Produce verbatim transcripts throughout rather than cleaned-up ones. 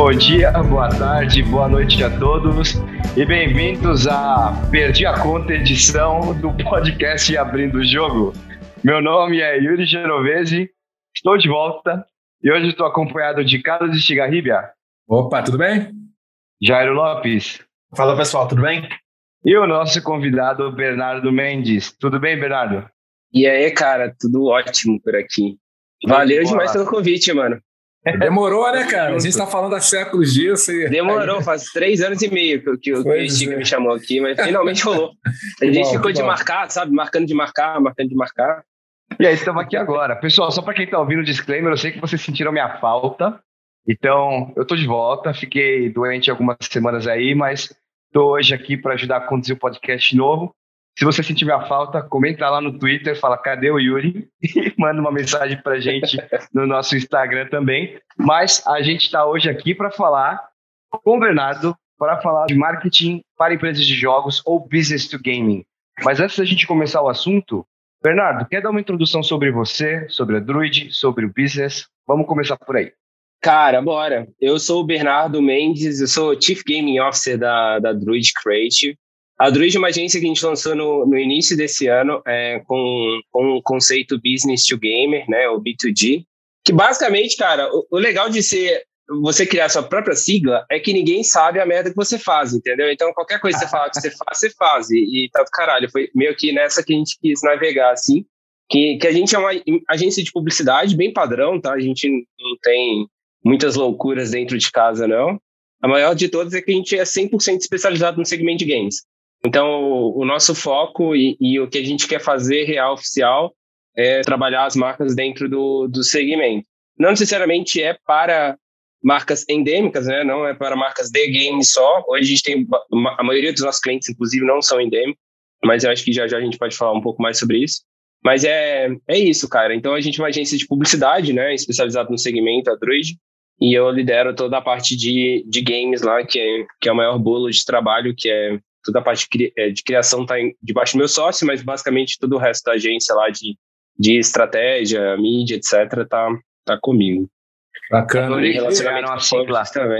Bom dia, boa tarde, boa noite a todos e bem-vindos à Perdi a Conta edição do podcast Abrindo o Jogo. Meu nome é Yuri Genovese, estou de volta e hoje estou acompanhado de Carlos Estigarribia. Opa, tudo bem? Jairo Lopes. Fala pessoal, tudo bem? E o nosso convidado Bernardo Mendes. Tudo bem, Bernardo? E aí, cara, tudo ótimo por aqui. Valeu demais pelo convite, mano. Demorou, né, cara? A gente tá falando há séculos disso. E... Demorou, faz três anos e meio que, que, que o Chico é. me chamou aqui, mas finalmente rolou. A gente bom, ficou de bom. marcar, sabe? Marcando de marcar, marcando de marcar. E aí, estamos aqui agora. Pessoal, só para quem tá ouvindo o disclaimer, eu sei que vocês sentiram minha falta. Então, eu tô de volta. Fiquei doente algumas semanas aí, mas tô hoje aqui para ajudar a conduzir o podcast novo. Se você sentir minha falta, comenta lá no Twitter, fala, cadê o Yuri? E manda uma mensagem pra gente no nosso Instagram também. Mas a gente está hoje aqui para falar com o Bernardo, para falar de marketing para empresas de jogos ou business to gaming. Mas antes da gente começar o assunto, Bernardo, quer dar uma introdução sobre você, sobre a Druid, sobre o business? Vamos começar por aí. Cara, bora. Eu sou o Bernardo Mendes, eu sou Chief Gaming Officer da, da Druid Creative. A Druid é uma agência que a gente lançou no, no início desse ano é, com, com o conceito Business to Gamer, né, o B dois G, que basicamente, cara, o, o legal de ser você criar sua própria sigla é que ninguém sabe a merda que você faz, entendeu? Então, qualquer coisa que você fala que você faz, você faz, e, e tá do caralho. Foi meio que nessa que a gente quis navegar, assim, que, que a gente é uma agência de publicidade bem padrão, tá? A gente não tem muitas loucuras dentro de casa, não. A maior de todas é que a gente é cem por cento especializado no segmento de games. Então, o, o nosso foco e, e o que a gente quer fazer real, oficial, é trabalhar as marcas dentro do, do segmento. Não necessariamente é para marcas endêmicas, né? Não é para marcas de games só. Hoje a gente tem, a maioria dos nossos clientes, inclusive, não são endêmicos, mas eu acho que já já a gente pode falar um pouco mais sobre isso. Mas é, é isso, cara. Então, a gente é uma agência de publicidade, né? Especializada no segmento, a Druid, e eu lidero toda a parte de, de games lá, que é, que é o maior bolo de trabalho, que é toda a parte de criação está debaixo do meu sócio, mas basicamente todo o resto da agência lá de, de estratégia, mídia, etcétera, tá, tá comigo. Bacana. E relacionamento com sigla também.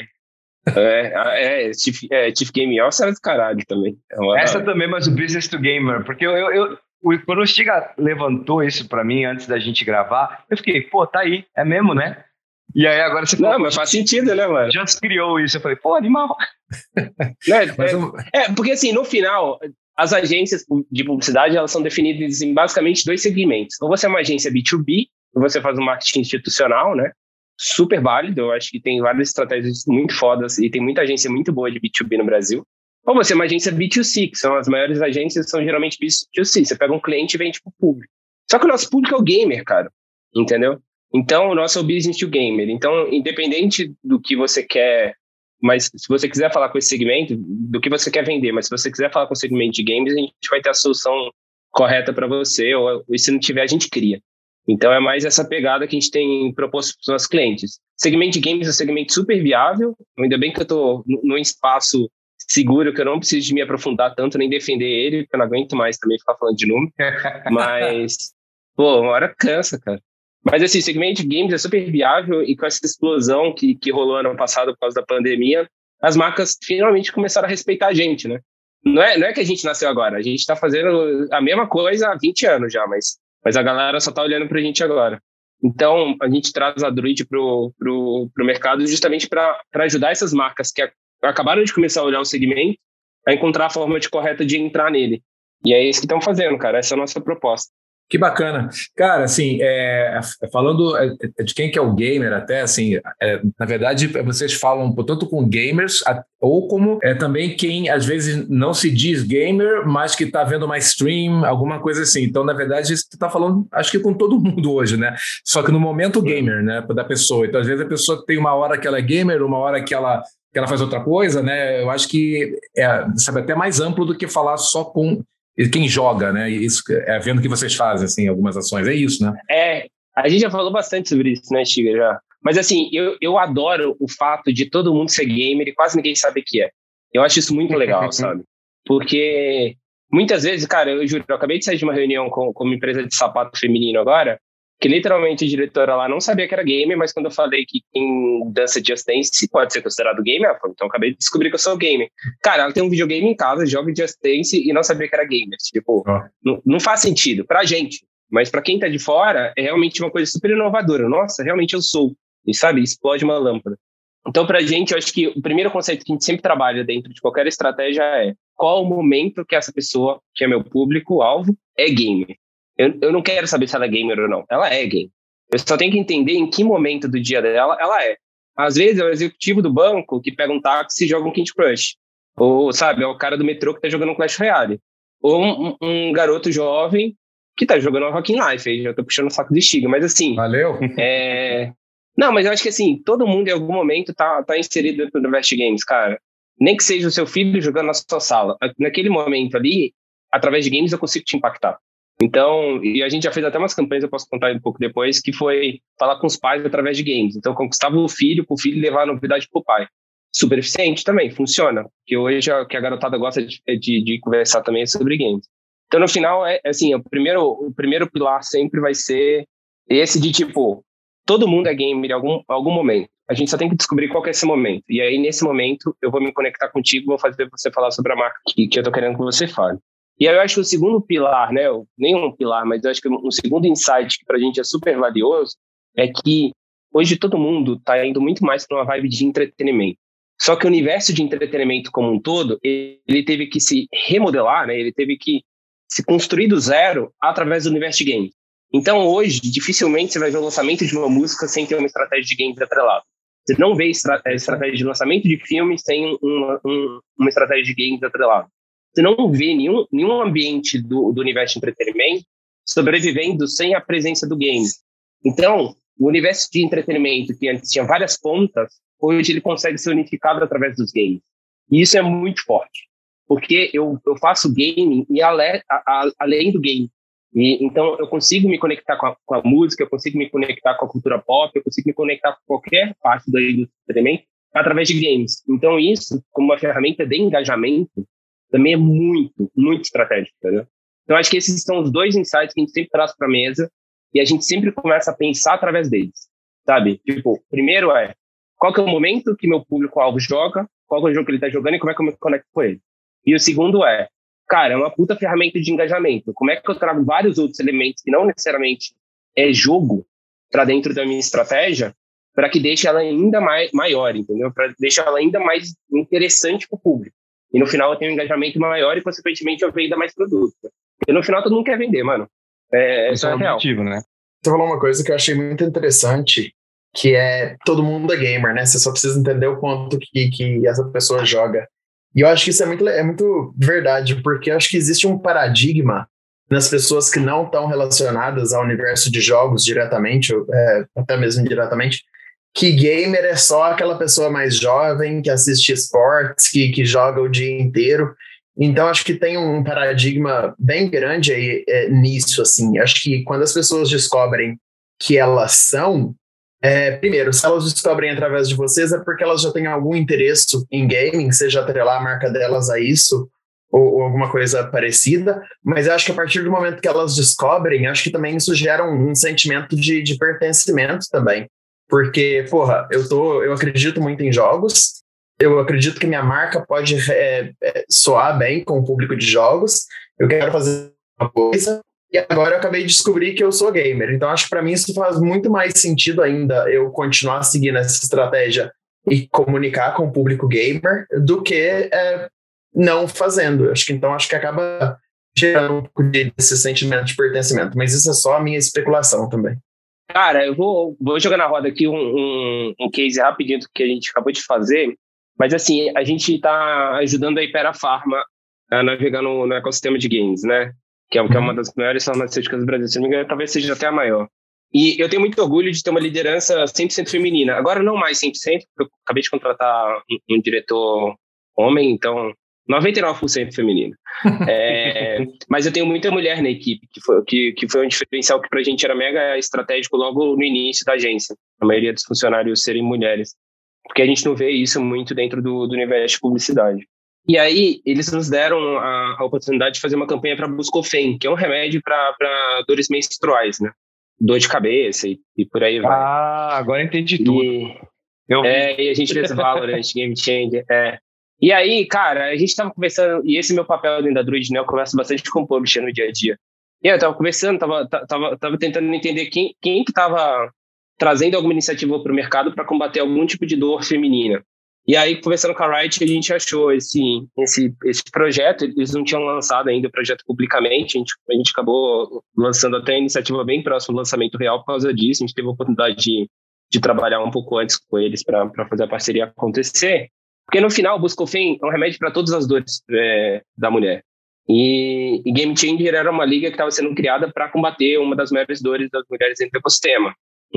É, é, Chief, é, Chief Game Officer é do caralho também. É uma... Essa também, mas o Business to Gamer, porque eu, eu, eu, quando o Stiga levantou isso para mim antes da gente gravar, eu fiquei, pô, tá aí, é mesmo, né? E aí agora você falou... Não, mas faz sentido, né, mano? Já se criou isso, eu falei, pô, animal. É, eu... é, porque assim, no final, as agências de publicidade, elas são definidas em basicamente dois segmentos. Ou você é uma agência B dois B, ou você faz um marketing institucional, né? Super válido, eu acho que tem várias estratégias muito fodas e tem muita agência muito boa de B dois B no Brasil. Ou você é uma agência B dois C, que são as maiores agências, são geralmente B dois C. Você pega um cliente e vende pro público. Só que o nosso público é o gamer, cara, entendeu? Então, o nosso é o business to gamer. Então, independente do que você quer, mas se você quiser falar com esse segmento, do que você quer vender, mas se você quiser falar com o segmento de games, a gente vai ter a solução correta para você, ou, ou se não tiver, a gente cria. Então, é mais essa pegada que a gente tem proposto para os nossos clientes. Segmento de games é um segmento super viável, ainda bem que eu estou num espaço seguro, que eu não preciso de me aprofundar tanto, nem defender ele, porque eu não aguento mais também ficar falando de número, mas, pô, uma hora cansa, cara. Mas, assim, o segmento de games é super viável e com essa explosão que, que rolou ano passado por causa da pandemia, as marcas finalmente começaram a respeitar a gente, né? Não é, não é que a gente nasceu agora, a gente está fazendo a mesma coisa há vinte anos já, mas, mas a galera só está olhando para a gente agora. Então, a gente traz a Druid para o pro, pro mercado justamente para ajudar essas marcas que a, acabaram de começar a olhar o segmento a encontrar a forma de correta de entrar nele. E é isso que estão fazendo, cara. Essa é a nossa proposta. Que bacana. Cara, assim, é, falando de quem que é o gamer até, assim, é, na verdade, vocês falam tanto com gamers ou como é, também quem, às vezes, não se diz gamer, mas que está vendo uma stream, alguma coisa assim. Então, na verdade, você está falando, acho que com todo mundo hoje, né? Só que no momento gamer, né, da pessoa. Então, às vezes, a pessoa tem uma hora que ela é gamer, uma hora que ela, que ela faz outra coisa, né? Eu acho que é, sabe, até mais amplo do que falar só com... E quem joga, né? Isso é vendo o que vocês fazem, assim, algumas ações. É isso, né? É, a gente já falou bastante sobre isso, né, Stiga, já. Mas, assim, eu, eu adoro o fato de todo mundo ser gamer e quase ninguém sabe o que é. Eu acho isso muito legal, sabe? Porque muitas vezes, cara, eu juro, eu acabei de sair de uma reunião com, com uma empresa de sapato feminino agora, que literalmente a diretora lá não sabia que era gamer, mas quando eu falei que quem dança Just Dance pode ser considerado gamer, ela falou, então eu acabei de descobrir que eu sou gamer. Cara, ela tem um videogame em casa, joga Just Dance e não sabia que era gamer. Tipo, oh. não, não faz sentido pra gente, mas pra quem tá de fora, é realmente uma coisa super inovadora. Nossa, realmente eu sou. E sabe, explode uma lâmpada. Então, pra gente, eu acho que o primeiro conceito que a gente sempre trabalha dentro de qualquer estratégia é qual o momento que essa pessoa, que é meu público-alvo, é gamer. Eu, eu não quero saber se ela é gamer ou não. Ela é gamer. Eu só tenho que entender em que momento do dia dela ela é. Às vezes é o executivo do banco que pega um táxi e joga um Candy Crush. Ou, sabe, é o cara do metrô que tá jogando um Clash Royale. Ou um, um garoto jovem que tá jogando um Rock in Life. Aí já tô puxando o saco de estiga. Mas assim... Valeu! É... Não, mas eu acho que assim, todo mundo em algum momento tá, tá inserido dentro do Invest Games, cara. Nem que seja o seu filho jogando na sua sala. Naquele momento ali, através de games eu consigo te impactar. Então, e a gente já fez até umas campanhas, eu posso contar um pouco depois, que foi falar com os pais através de games. Então, conquistava o filho, para o filho levar a novidade para o pai. Super eficiente também, funciona. Porque hoje o que a garotada gosta de, de, de conversar também é sobre games. Então, no final, é assim, o primeiro, o primeiro pilar sempre vai ser esse de, tipo, todo mundo é gamer em algum, algum momento. A gente só tem que descobrir qual que é esse momento. E aí, nesse momento, eu vou me conectar contigo, vou fazer você falar sobre a marca que, que eu tô querendo que você fale. E aí eu acho que o segundo pilar, né, nem um pilar, mas eu acho que um segundo insight que pra gente é super valioso é que hoje todo mundo está indo muito mais para uma vibe de entretenimento. Só que o universo de entretenimento como um todo, ele teve que se remodelar, né, ele teve que se construir do zero através do universo de games. Então hoje, dificilmente você vai ver o lançamento de uma música sem ter uma estratégia de games atrelada. Você não vê estra- estratégia de lançamento de filmes sem uma, um, uma estratégia de games atrelada. Você não vê nenhum, nenhum ambiente do, do universo de entretenimento sobrevivendo sem a presença do game. Então, o universo de entretenimento, que antes tinha várias pontas, hoje ele consegue ser unificado através dos games. E isso é muito forte, porque eu, eu faço gaming e ale, a, a, além do game. E, então, eu consigo me conectar com a, com a música, eu consigo me conectar com a cultura pop, eu consigo me conectar com qualquer parte do entretenimento através de games. Então, isso, como uma ferramenta de engajamento, também é muito, muito estratégico, entendeu? Então, acho que esses são os dois insights que a gente sempre traz para a mesa e a gente sempre começa a pensar através deles, sabe? Tipo, primeiro é, qual que é o momento que meu público-alvo joga, qual que é o jogo que ele está jogando e como é que eu me conecto com ele. E o segundo é, cara, é uma puta ferramenta de engajamento. Como é que eu trago vários outros elementos que não necessariamente é jogo para dentro da minha estratégia para que deixe ela ainda mais, maior, entendeu? Para deixar ela ainda mais interessante para o público. E no final eu tenho um engajamento maior e, consequentemente, eu vendo mais produto. Porque no final todo mundo quer vender, mano. É, isso é, é real. Objetivo, né? Você falou uma coisa que eu achei muito interessante, que é todo mundo é gamer, né? Você só precisa entender o quanto que, que essa pessoa joga. E eu acho que isso é muito, é muito verdade, porque eu acho que existe um paradigma nas pessoas que não estão relacionadas ao universo de jogos diretamente, é, até mesmo indiretamente, que gamer é só aquela pessoa mais jovem, que assiste esportes, que, que joga o dia inteiro. Então, acho que tem um paradigma bem grande aí é, nisso, assim. Acho que quando as pessoas descobrem que elas são, é, primeiro, se elas descobrem através de vocês, é porque elas já têm algum interesse em gaming, seja atrelar a marca delas a isso, ou, ou alguma coisa parecida. Mas eu acho que a partir do momento que elas descobrem, acho que também isso gera um, um sentimento de, de pertencimento também. Porque, porra, eu, tô, eu acredito muito em jogos, eu acredito que minha marca pode é, é, soar bem com o público de jogos, eu quero fazer uma coisa, e agora eu acabei de descobrir que eu sou gamer. Então, acho que para mim isso faz muito mais sentido ainda eu continuar seguindo essa estratégia e comunicar com o público gamer do que é, não fazendo. Acho que, então, acho que acaba gerando um pouco desse sentimento de pertencimento, mas isso é só a minha especulação também. Cara, eu vou, vou jogar na roda aqui um, um, um case rapidinho que a gente acabou de fazer, mas assim, a gente está ajudando a Hypera Pharma a navegar no, no ecossistema de games, né? Que é, que é uma das maiores farmacêuticas do Brasil, se não me engano, talvez seja até a maior. E eu tenho muito orgulho de ter uma liderança cem por cento feminina. Agora não mais cem por cento, porque eu acabei de contratar um, um diretor homem, então noventa e nove por cento feminino. É, mas eu tenho muita mulher na equipe, que foi, que, que foi um diferencial que pra gente era mega estratégico logo no início da agência. A maioria dos funcionários serem mulheres. Porque a gente não vê isso muito dentro do, do universo de publicidade. E aí, eles nos deram a, a oportunidade de fazer uma campanha para Buscofen, que é um remédio para dores menstruais, né? dor de cabeça e, e por aí vai. Ah, agora entendi tudo. E, eu é, e a gente fez Valorant, Game Changer, é. E aí, cara, a gente tava conversando, e esse meu papel dentro da Druid, né, eu converso bastante com o publisher no dia a dia. E eu tava conversando, tava, tava, tava tentando entender quem, quem que tava trazendo alguma iniciativa para o mercado para combater algum tipo de dor feminina. E aí, conversando com a Riot, a gente achou esse, esse, esse projeto, eles não tinham lançado ainda o projeto publicamente, a gente, a gente acabou lançando até a iniciativa bem próximo do lançamento real por causa disso, a gente teve a oportunidade de, de trabalhar um pouco antes com eles para fazer a parceria acontecer, porque no final o Buscofem é um remédio para todas as dores é, da mulher. E, e Game Changer era uma liga que estava sendo criada para combater uma das maiores dores das mulheres dentro do ecossistema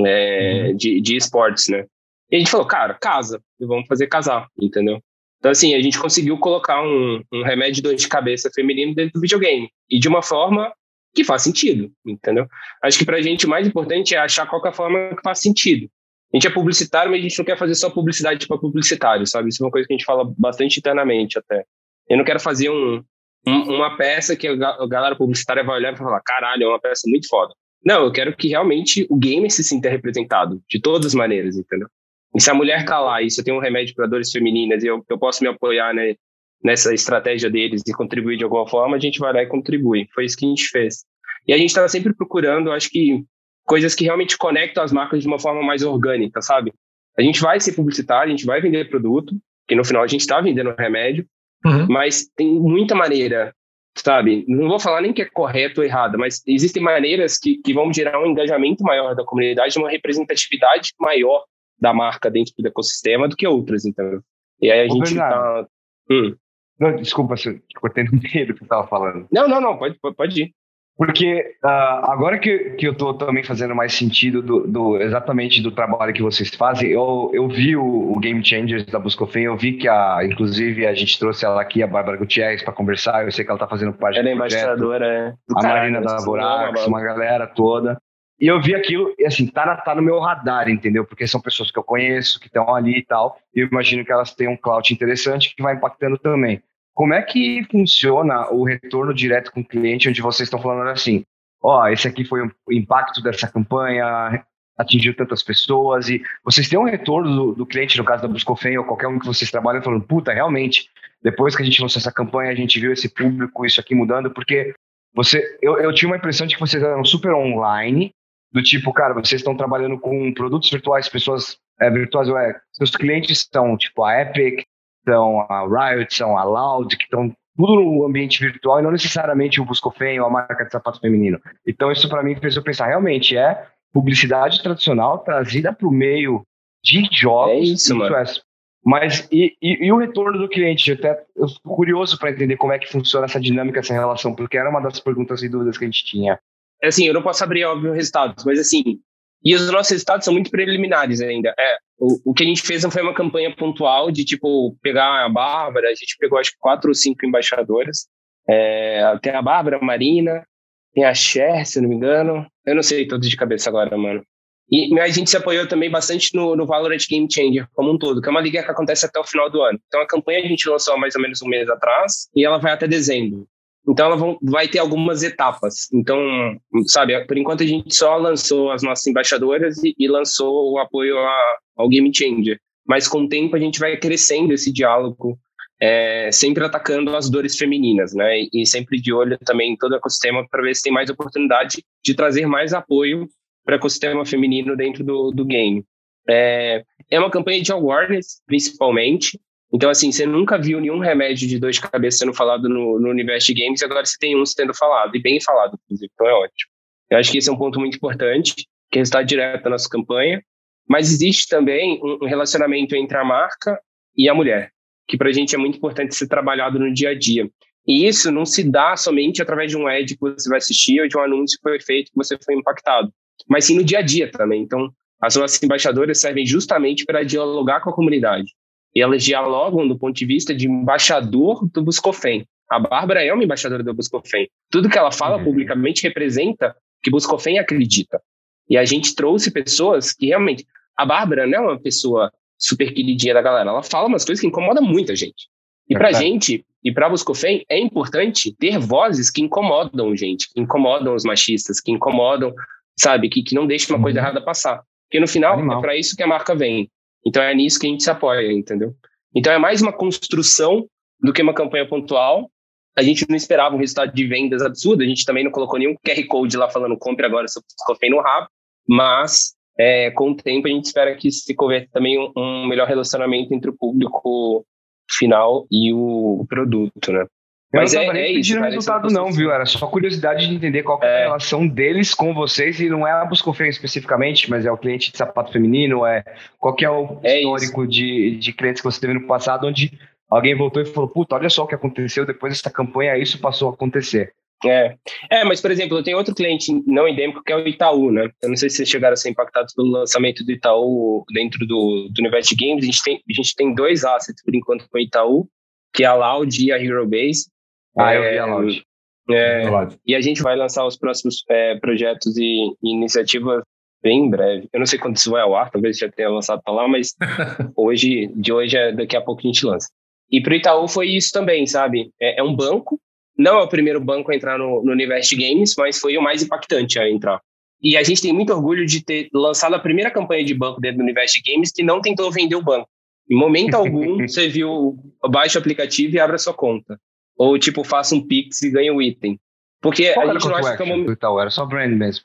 é, uhum. de, de esportes, né? E a gente falou, cara, casa, e vamos fazer casar, entendeu? Então, assim, a gente conseguiu colocar um, um remédio de dor de cabeça feminino dentro do videogame. E de uma forma que faz sentido, entendeu? Acho que pra gente o mais importante é achar qual que é a forma que faz sentido. A gente é publicitário, mas a gente não quer fazer só publicidade para publicitário, sabe? Isso é uma coisa que a gente fala bastante internamente até. Eu não quero fazer um, um, uma peça que a galera publicitária vai olhar e falar, caralho, é uma peça muito foda. Não, eu quero que realmente o game se sinta representado, de todas as maneiras, entendeu? E se a mulher tá lá e se eu tenho um remédio para dores femininas e eu, eu posso me apoiar, né, nessa estratégia deles e contribuir de alguma forma, a gente vai lá e contribui. Foi isso que a gente fez. E a gente estava sempre procurando, acho que, coisas que realmente conectam as marcas de uma forma mais orgânica, sabe? A gente vai ser publicitário, a gente vai vender produto, que no final a gente está vendendo remédio, uhum. mas tem muita maneira, sabe? Não vou falar nem que é correto ou errado, mas existem maneiras que, que vão gerar um engajamento maior da comunidade, uma representatividade maior da marca dentro do ecossistema do que outras, então. E aí a Ô, gente Bernardo, tá... Hum. Não, desculpa se eu te cortei no meio do que você estava falando. Não, não, não, pode, pode ir. Porque uh, agora que, que eu estou também fazendo mais sentido do, do, exatamente do trabalho que vocês fazem, eu, eu vi o, o Game Changers da Buscofem, eu vi que, a, inclusive, a gente trouxe ela aqui, a Bárbara Gutierrez, para conversar, eu sei que ela está fazendo parte ela do é embaixadora, é. Do a caralho, Marina da Vorax, uma galera toda. E eu vi aquilo, e assim, tá, na, tá no meu radar, entendeu? Porque são pessoas que eu conheço, que estão ali e tal, e eu imagino que elas têm um clout interessante que vai impactando também. Como é que funciona o retorno direto com o cliente, onde vocês estão falando assim, ó, oh, esse aqui foi o impacto dessa campanha, atingiu tantas pessoas, e vocês têm um retorno do, do cliente, no caso da Buscofem ou qualquer um que vocês trabalham, falando, puta, realmente, depois que a gente lançou essa campanha, a gente viu esse público, isso aqui mudando, porque você, eu, eu tinha uma impressão de que vocês eram super online, do tipo, cara, vocês estão trabalhando com produtos virtuais, pessoas é, virtuais, é, seus clientes são tipo a Epic, são a Riot, são a Loud, que estão tudo no ambiente virtual e não necessariamente o Buscofem ou a marca de sapato feminino. Então isso para mim fez eu pensar, realmente é publicidade tradicional trazida para o meio de jogos. É isso, mano. É, mas e, e, e o retorno do cliente? Eu, até, eu fico curioso para entender como é que funciona essa dinâmica, essa relação, porque era uma das perguntas e dúvidas que a gente tinha. Assim, eu não posso abrir, óbvio, resultados, mas assim, e os nossos resultados são muito preliminares ainda. É, o, o que a gente fez não foi uma campanha pontual de, tipo, pegar a Bárbara, a gente pegou, acho que, quatro ou cinco embaixadoras. É, tem a Bárbara, a Marina, tem a Cher, se eu não me engano. Eu não sei todos de cabeça agora, mano. E a gente se apoiou também bastante no, no Valorant Game Changer, como um todo, que é uma liga que acontece até o final do ano. Então, a campanha a gente lançou há mais ou menos um mês atrás, e ela vai até dezembro. Então, ela vão, vai ter algumas etapas. Então, sabe, por enquanto a gente só lançou as nossas embaixadoras e, e lançou o apoio a, ao Game Changer. Mas com o tempo a gente vai crescendo esse diálogo, é, sempre atacando as dores femininas, né? E, e sempre de olho também em todo o ecossistema para ver se tem mais oportunidade de trazer mais apoio para o ecossistema feminino dentro do, do game. É, é uma campanha de awareness, principalmente. Então, assim, você nunca viu nenhum remédio de dor de cabeça sendo falado no, no universo de games, e agora você tem um sendo falado, e bem falado, inclusive, então é ótimo. Eu acho que esse é um ponto muito importante, que é resultado direto da nossa campanha, mas existe também um relacionamento entre a marca e a mulher, que pra gente é muito importante ser trabalhado no dia a dia. E isso não se dá somente através de um ad que você vai assistir ou de um anúncio que foi feito, que você foi impactado, mas sim no dia a dia também. Então, as nossas embaixadoras servem justamente para dialogar com a comunidade. E elas dialogam do ponto de vista de embaixador do Buscofem. A Bárbara é uma embaixadora do Buscofem. Tudo que ela fala uhum. publicamente representa que Buscofem acredita. E a gente trouxe pessoas que realmente... A Bárbara não é uma pessoa super queridinha da galera. Ela fala umas coisas que incomodam muita gente. E pra é gente, e pra Buscofem, é importante ter vozes que incomodam gente, que incomodam os machistas, que incomodam, sabe? Que, que não deixe uma uhum. coisa errada passar. Porque no final, Animal. é para isso que a marca vem. Então é nisso que a gente se apoia, entendeu? Então é mais uma construção do que uma campanha pontual. A gente não esperava um resultado de vendas absurdo, a gente também não colocou nenhum Q R Code lá falando compre agora seu Buscofem no rabo, mas é, com o tempo a gente espera que se converta também um, um melhor relacionamento entre o público final e o produto, né? Eu Mas não estava é, nem é pedindo isso, resultado cara, não, viu? Era só curiosidade de entender qual é a relação deles com vocês, e não é a Buscofem especificamente, mas é o cliente de sapato feminino, é qual que é o é histórico de, de clientes que você teve no passado, onde alguém voltou e falou, puta, olha só o que aconteceu depois dessa campanha, isso passou a acontecer. É. é, mas, por exemplo, eu tenho outro cliente não endêmico que é o Itaú, né? Eu não sei se vocês chegaram a ser impactados pelo lançamento do Itaú dentro do, do universo de games. A gente, tem, a gente tem dois assets, por enquanto, com o Itaú, que é a Loud e a Hero Base. Ah, eu vi a Loud. É, e a gente vai lançar os próximos é, projetos e, e iniciativas bem em breve. Eu não sei quando isso vai ao ar, talvez já tenha lançado para lá, mas hoje, de hoje, é, daqui a pouco a gente lança. E para o Itaú foi isso também, sabe? É, é um banco, não é o primeiro banco a entrar no, no universo de games, mas foi o mais impactante a entrar. E a gente tem muito orgulho de ter lançado a primeira campanha de banco dentro do universo de games que não tentou vender o banco. Em momento algum, você viu, baixa o aplicativo e abre a sua conta. Ou, tipo, faça um Pix e ganha o um item. Porque Qual a gente não acha que é uma... Itaú, era só brand mesmo.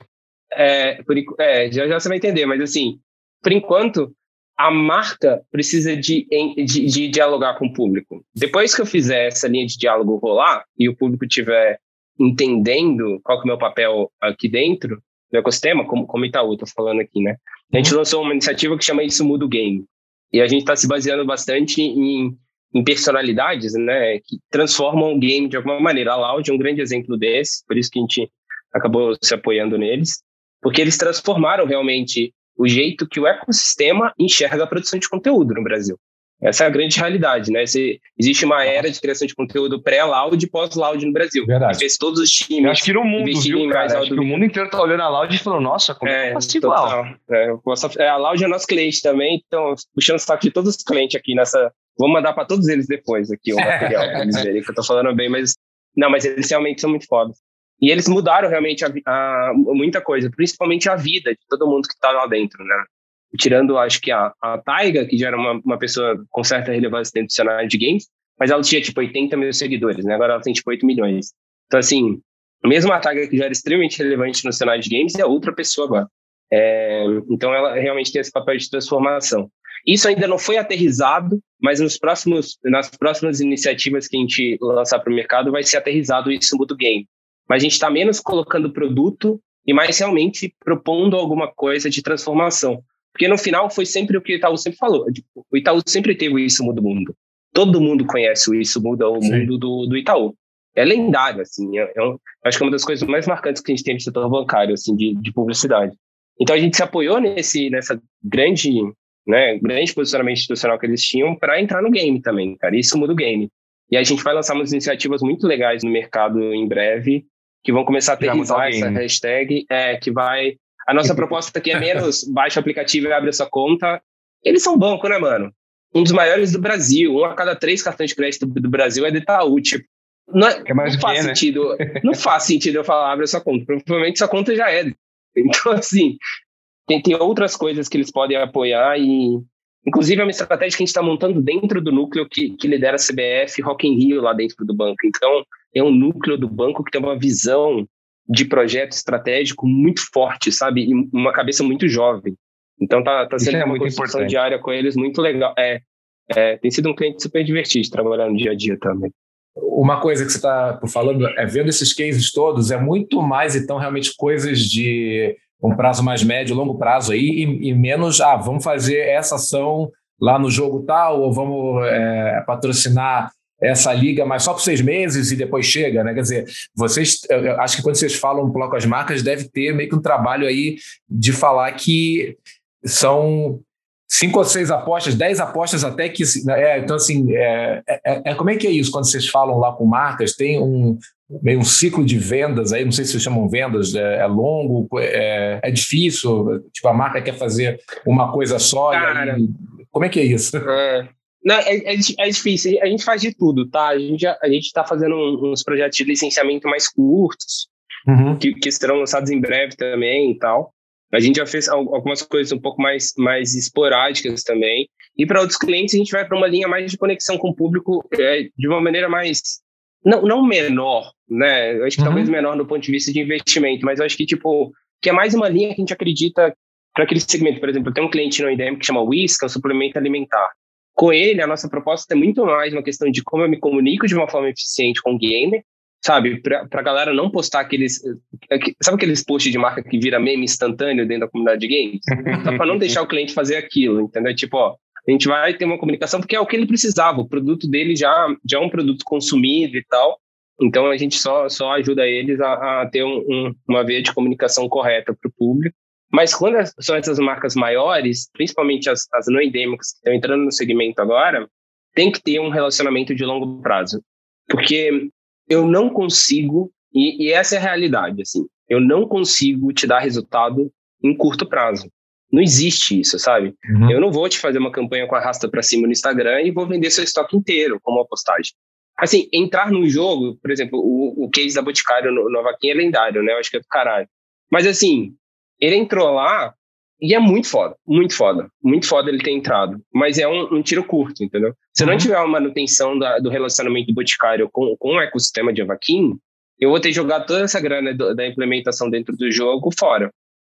É, por, é já, já você vai entender, mas assim, por enquanto, a marca precisa de, de, de dialogar com o público. Depois que eu fizer essa linha de diálogo rolar e o público estiver entendendo qual que é o meu papel aqui dentro do ecossistema, como, como Itaú, tô falando aqui, né? A gente uhum. lançou uma iniciativa que chama Isso Muda o Game. E a gente está se baseando bastante em em personalidades, né, que transformam o game de alguma maneira. A Loud é um grande exemplo desse, por isso que a gente acabou se apoiando neles, porque eles transformaram realmente o jeito que o ecossistema enxerga a produção de conteúdo no Brasil. Essa é a grande realidade, né? Se, existe uma era de criação de conteúdo pré-Loud e pós-Loud no Brasil. Verdade. Fez todos os times. Eu acho que no mundo, viu, cara? Acho que o mundo inteiro tá olhando a Loud e falou, nossa, como é, é que eu faço igual? É, a Loud é nosso cliente também, então puxando o saco de todos os clientes aqui nessa... Vou mandar para todos eles depois aqui o material, para eles verem que eu tô falando bem, mas... Não, mas eles realmente são muito fodas. E eles mudaram realmente a, a, muita coisa, principalmente a vida de todo mundo que tá lá dentro, né? Tirando, acho que a, a Taiga, que já era uma, uma pessoa com certa relevância dentro do cenário de games, mas ela tinha, tipo, oitenta mil seguidores, né? Agora ela tem, tipo, oito milhões. Então, assim, mesmo a Taiga, que já era extremamente relevante no cenário de games, é outra pessoa agora. É, então, ela realmente tem esse papel de transformação. Isso ainda não foi aterrissado, mas nos próximos, nas próximas iniciativas que a gente lançar para o mercado, vai ser aterrissado isso muda o game. Mas a gente está menos colocando produto e mais realmente propondo alguma coisa de transformação. Porque no final foi sempre o que o Itaú sempre falou. O Itaú sempre teve o Isso Muda o Mundo. Todo mundo conhece o Isso Muda o Sim. Mundo do, do Itaú. É lendário, assim. É, é um, acho que é uma das coisas mais marcantes que a gente tem no setor bancário, assim, de, de publicidade. Então a gente se apoiou nesse, nessa grande, né, grande posicionamento institucional que eles tinham para entrar no game também, cara. Isso muda o game. E a gente vai lançar umas iniciativas muito legais no mercado em breve, que vão começar a aterrissar essa hashtag, é, que vai... A nossa proposta aqui é menos baixa o aplicativo e abre a sua conta. Eles são banco, né, mano? Um dos maiores do Brasil. Um a cada três cartões de crédito do Brasil é do Itaú. Tipo, não, é, é mais não faz que, sentido. Né? Não faz sentido eu falar abre a sua conta. Provavelmente sua conta já é. Então, assim, tem, tem outras coisas que eles podem apoiar e... Inclusive, é uma estratégia que a gente está montando dentro do núcleo que, que lidera a C B F, Rock in Rio, lá dentro do banco. Então, é um núcleo do banco que tem uma visão de projeto estratégico muito forte, sabe? E uma cabeça muito jovem. Então, tá, tá sendo é uma construção importante. diária com eles muito legal. É, é, tem sido um cliente super divertido de trabalhar no dia a dia também. Uma coisa que você está falando, é vendo esses cases todos, é muito mais, então, realmente coisas de um prazo mais médio, longo prazo aí, e, e menos, ah, vamos fazer essa ação lá no jogo tal, ou vamos é, patrocinar essa liga, mas só por seis meses e depois chega, né? Quer dizer, vocês, eu acho que quando vocês falam com as marcas, deve ter meio que um trabalho aí de falar que são cinco ou seis apostas, dez apostas até que... É, então, assim, é, é, é, como é que é isso quando vocês falam lá com marcas? Tem um meio um ciclo de vendas aí, não sei se vocês chamam vendas, é, é longo, é, é difícil, tipo, a marca quer fazer uma coisa só, Cara, e aí, como é que é isso? É, não, é, é, é difícil, a gente faz de tudo, tá? A gente já, a gente está fazendo uns projetos de licenciamento mais curtos, uhum. que, que serão lançados em breve também e tal. A gente já fez algumas coisas um pouco mais, mais esporádicas também. E para outros clientes, a gente vai para uma linha mais de conexão com o público é, de uma maneira mais... Não, não menor, né? Eu acho que uhum. talvez menor do ponto de vista de investimento, mas eu acho que, tipo, que é mais uma linha que a gente acredita para aquele segmento. Por exemplo, tem um cliente no I D M que chama Whisk, que é um suplemento alimentar. Com ele, a nossa proposta é muito mais uma questão de como eu me comunico de uma forma eficiente com o gamer, sabe? Para a galera não postar aqueles... Sabe aqueles posts de marca que vira meme instantâneo dentro da comunidade de games? Só para não deixar o cliente fazer aquilo, entendeu? Tipo, ó, a gente vai ter uma comunicação porque é o que ele precisava. O produto dele já, já é um produto consumido e tal. Então, a gente só, só ajuda eles a, a ter um, um, uma via de comunicação correta para o público. Mas quando são essas marcas maiores, principalmente as, as não endêmicas que estão entrando no segmento agora, tem que ter um relacionamento de longo prazo. Porque eu não consigo, e, e essa é a realidade, assim, eu não consigo te dar resultado em curto prazo. Não existe isso, sabe? Uhum. Eu não vou te fazer uma campanha com arrasta para cima no Instagram e vou vender seu estoque inteiro como uma postagem. Assim, entrar no jogo, por exemplo, o, o case da Boticário no, no Avaquim é lendário, né? Eu acho que é do caralho. Mas assim, ele entrou lá e é muito foda, muito foda. Muito foda ele ter entrado. Mas é um, um tiro curto, entendeu? Se uhum. eu não tiver uma manutenção da, do relacionamento do Boticário com, com o ecossistema de Avaquim, eu vou ter jogado toda essa grana do, da implementação dentro do jogo fora.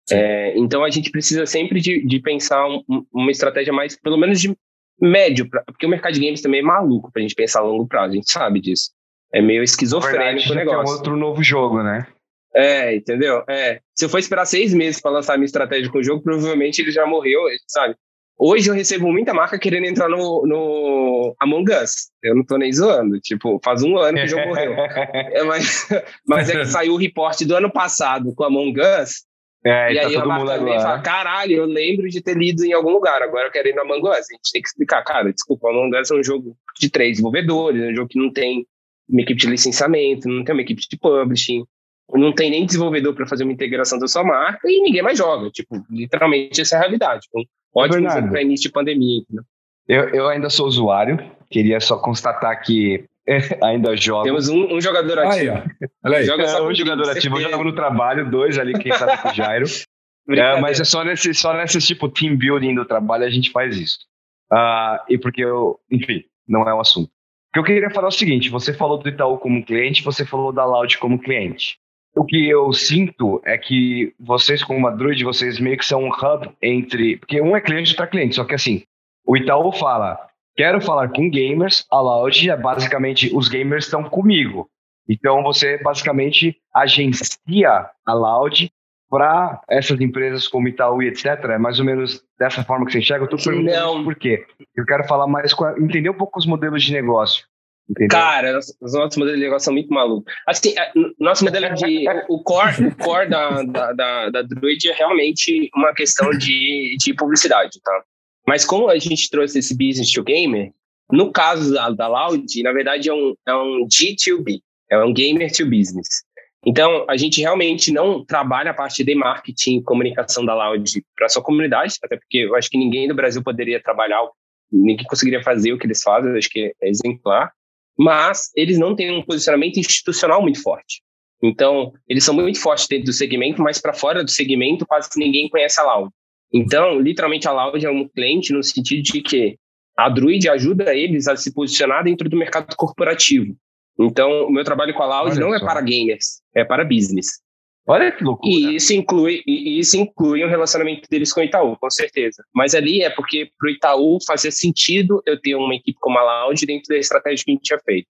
É, então a gente precisa sempre de, de pensar um, uma estratégia mais, pelo menos de médio, pra, porque o mercado de games também é maluco pra gente pensar a longo prazo, a gente sabe disso. É meio esquizofrênico o negócio. É outro novo jogo, né? É, entendeu? É. Se eu for esperar seis meses para lançar a minha estratégia com o jogo, provavelmente ele já morreu, sabe? Hoje eu recebo muita marca querendo entrar no, no Among Us. Eu não tô nem zoando. Tipo, faz um ano que o jogo morreu. É, mas, mas é que saiu o report do ano passado com Among Us. É, e tá aí todo a marca mundo vem e fala, caralho, eu lembro de ter lido em algum lugar, agora eu quero ir no Among Us. A gente tem que explicar, cara, desculpa, o Among Us é um jogo de três desenvolvedores, é um jogo que não tem uma equipe de licenciamento, não tem uma equipe de publishing, não tem nem desenvolvedor para fazer uma integração da sua marca e ninguém mais joga. Tipo, literalmente essa é a realidade. Um ótimo jogo para início de pandemia. Né? Eu, eu ainda sou usuário, queria só constatar que ainda jogo. Temos um, um jogador ativo. Ah, Olha aí. Joga é, um jogador ativo, eu jogo no trabalho, dois ali, quem sabe com o Jairo. é, mas é só nesse, só nesse tipo team building do trabalho a gente faz isso. Uh, e porque eu, enfim, não é um assunto. O que eu queria falar é o seguinte, você falou do Itaú como cliente, você falou da Loud como cliente. O que eu sinto é que vocês, como a Druid, vocês meio que são um hub entre... Porque um é cliente e outro é cliente, só que assim, o Itaú fala, quero falar com gamers, a Loud é basicamente, os gamers estão comigo. Então você basicamente agencia a Loud para essas empresas como Itaú e etcétera. É mais ou menos dessa forma que você enxerga. Eu estou perguntando por quê. Eu quero falar mais, com a, entender um pouco os modelos de negócio. Entendeu? Cara, os nossos modelos de negócio são muito malucos. Assim, nosso modelo de... O core, o core da, da, da, da Druid é realmente uma questão de, de publicidade, tá? Mas como a gente trouxe esse business to gamer, no caso da, da Loud, na verdade é um, é um G dois B, é um gamer to business. Então, a gente realmente não trabalha a parte de marketing e comunicação da Loud para a sua comunidade, até porque eu acho que ninguém no Brasil poderia trabalhar, ninguém conseguiria fazer o que eles fazem, eu acho que é exemplar. Mas eles não têm um posicionamento institucional muito forte. Então, eles são muito fortes dentro do segmento, mas para fora do segmento quase ninguém conhece a Loud. Então, literalmente, a Loud é um cliente no sentido de que a Druid ajuda eles a se posicionar dentro do mercado corporativo. Então, o meu trabalho com a Loud Olha não só. é para gamers, é para business. Olha que loucura. E isso inclui, e isso inclui um relacionamento deles com o Itaú, com certeza. Mas ali é porque para o Itaú fazia sentido eu ter uma equipe como a Loud dentro da estratégia que a gente tinha feito.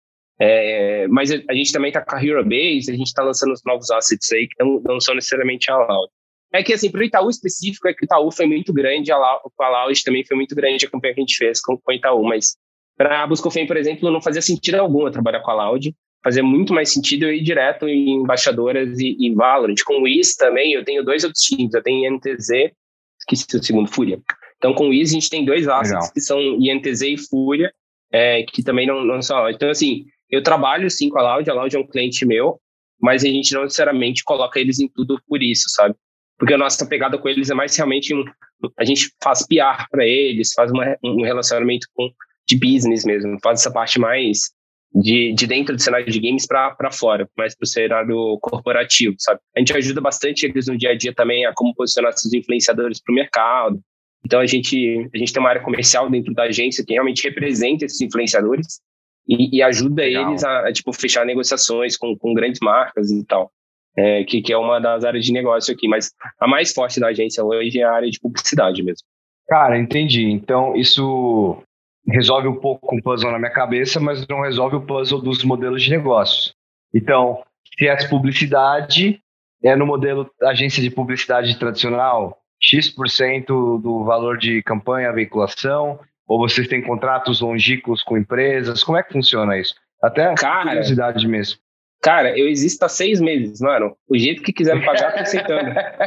É, mas a gente também está com a Hero Base, a gente está lançando os novos assets aí que não, não são necessariamente a Loud. É que assim, para o Itaú específico, é que o Itaú foi muito grande, a Loud, com a Loud também foi muito grande a campanha que a gente fez com, com o Itaú, mas para a Buscofem, por exemplo, não fazia sentido algum eu trabalhar com a Loud. Fazia muito mais sentido eu ir direto em embaixadoras e, e Valorant. Com o I S também, eu tenho dois outros times. Eu tenho I N T Z, esqueci o segundo, Fúria. Então, com o I S a gente tem dois assets Legal. que são I N T Z e Fúria, é, que também não, não são... Então, assim, eu trabalho sim com a Loud, a Loud é um cliente meu, mas a gente não necessariamente coloca eles em tudo por isso, sabe? Porque a nossa pegada com eles é mais realmente... Um, a gente faz P R para eles, faz uma, um relacionamento com, de business mesmo, faz essa parte mais... de, de dentro do cenário de games para fora, mais para o cenário corporativo, sabe? A gente ajuda bastante eles no dia a dia também a como posicionar seus influenciadores para o mercado. Então, a gente, a gente tem uma área comercial dentro da agência que realmente representa esses influenciadores e, e ajuda Legal. eles a, a tipo, fechar negociações com, com grandes marcas e tal, é, que, que é uma das áreas de negócio aqui. Mas a mais forte da agência hoje é a área de publicidade mesmo. Cara, entendi. Então, isso resolve um pouco com o puzzle na minha cabeça, mas não resolve o puzzle dos modelos de negócios. Então, se é publicidade, é no modelo agência de publicidade tradicional, X% do valor de campanha, veiculação, ou vocês têm contratos longínquos com empresas? Como é que funciona isso? Até cara, curiosidade mesmo. Cara, eu existo há seis meses, mano. O jeito que quiser me pagar, tô aceitando.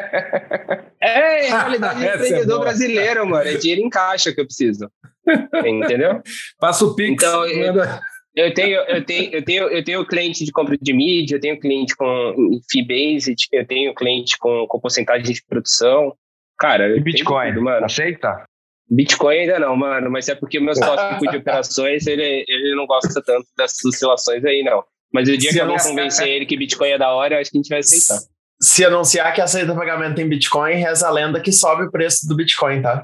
É, a realidade do empreendedor é brasileiro, mano. É dinheiro em caixa que eu preciso. Entendeu? Passa o Pix. Então, eu, eu, tenho, eu, tenho, eu, tenho, eu tenho cliente de compra de mídia, eu tenho cliente com fee-based, eu tenho cliente com, com porcentagem de produção. Cara, e Bitcoin, tudo, mano. Aceita? Bitcoin ainda não, mano, mas é porque o meu sócio de operações, ele, ele não gosta tanto dessas oscilações aí, não. Mas o dia Se que eu vou convencer ele que Bitcoin é da hora, eu acho que a gente vai aceitar. Se anunciar que aceita pagamento em Bitcoin, reza a lenda que sobe o preço do Bitcoin, tá?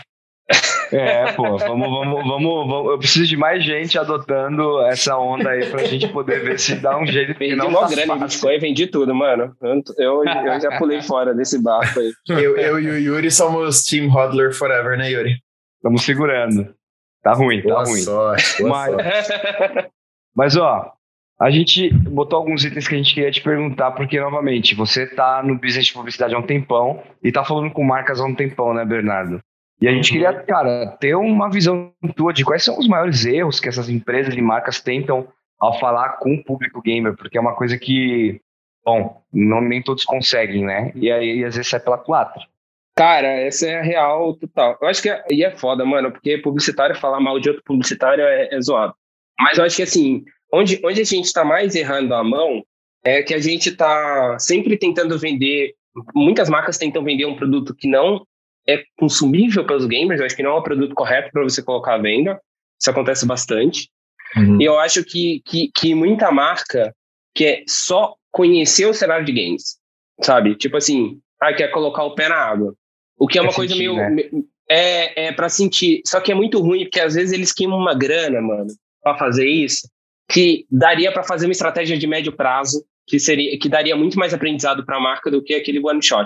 É, pô, vamos, vamos, vamos, vamos. Eu preciso de mais gente adotando essa onda aí pra gente poder ver se dá um jeito. Vendi uma tá grana em Bitcoin, vendi tudo, mano. Eu, eu já pulei fora desse barco aí. Eu, eu e o Yuri somos Team Hodler Forever, né, Yuri? Estamos segurando. Tá ruim, tá boa ruim. Sorte, boa mas, sorte. Mas, ó, a gente botou alguns itens que a gente queria te perguntar, porque, novamente, você tá no business de publicidade há um tempão e tá falando com marcas há um tempão, né, Bernardo? E a gente queria, cara, ter uma visão tua de quais são os maiores erros que essas empresas e marcas tentam ao falar com o público gamer, porque é uma coisa que, bom, não, nem todos conseguem, né? E aí, às vezes, sai pela culatra. Cara, essa é a real total. Eu acho que é, e é foda, mano, porque publicitário, falar mal de outro publicitário é, é zoado. Mas eu acho que, assim, onde, onde a gente tá mais errando a mão é que a gente tá sempre tentando vender, muitas marcas tentam vender um produto que não é consumível pelos gamers, eu acho que não é o produto correto para você colocar à venda. Isso acontece bastante. Uhum. E eu acho que, que, que muita marca quer só conhecer o cenário de games, sabe? Tipo assim, ah, quer colocar o pé na água. O que é uma é coisa sentir, meio... Né? É, é para sentir. Só que é muito ruim, porque às vezes eles queimam uma grana, mano, para fazer isso, que daria para fazer uma estratégia de médio prazo, que, seria, que daria muito mais aprendizado para a marca do que aquele one shot.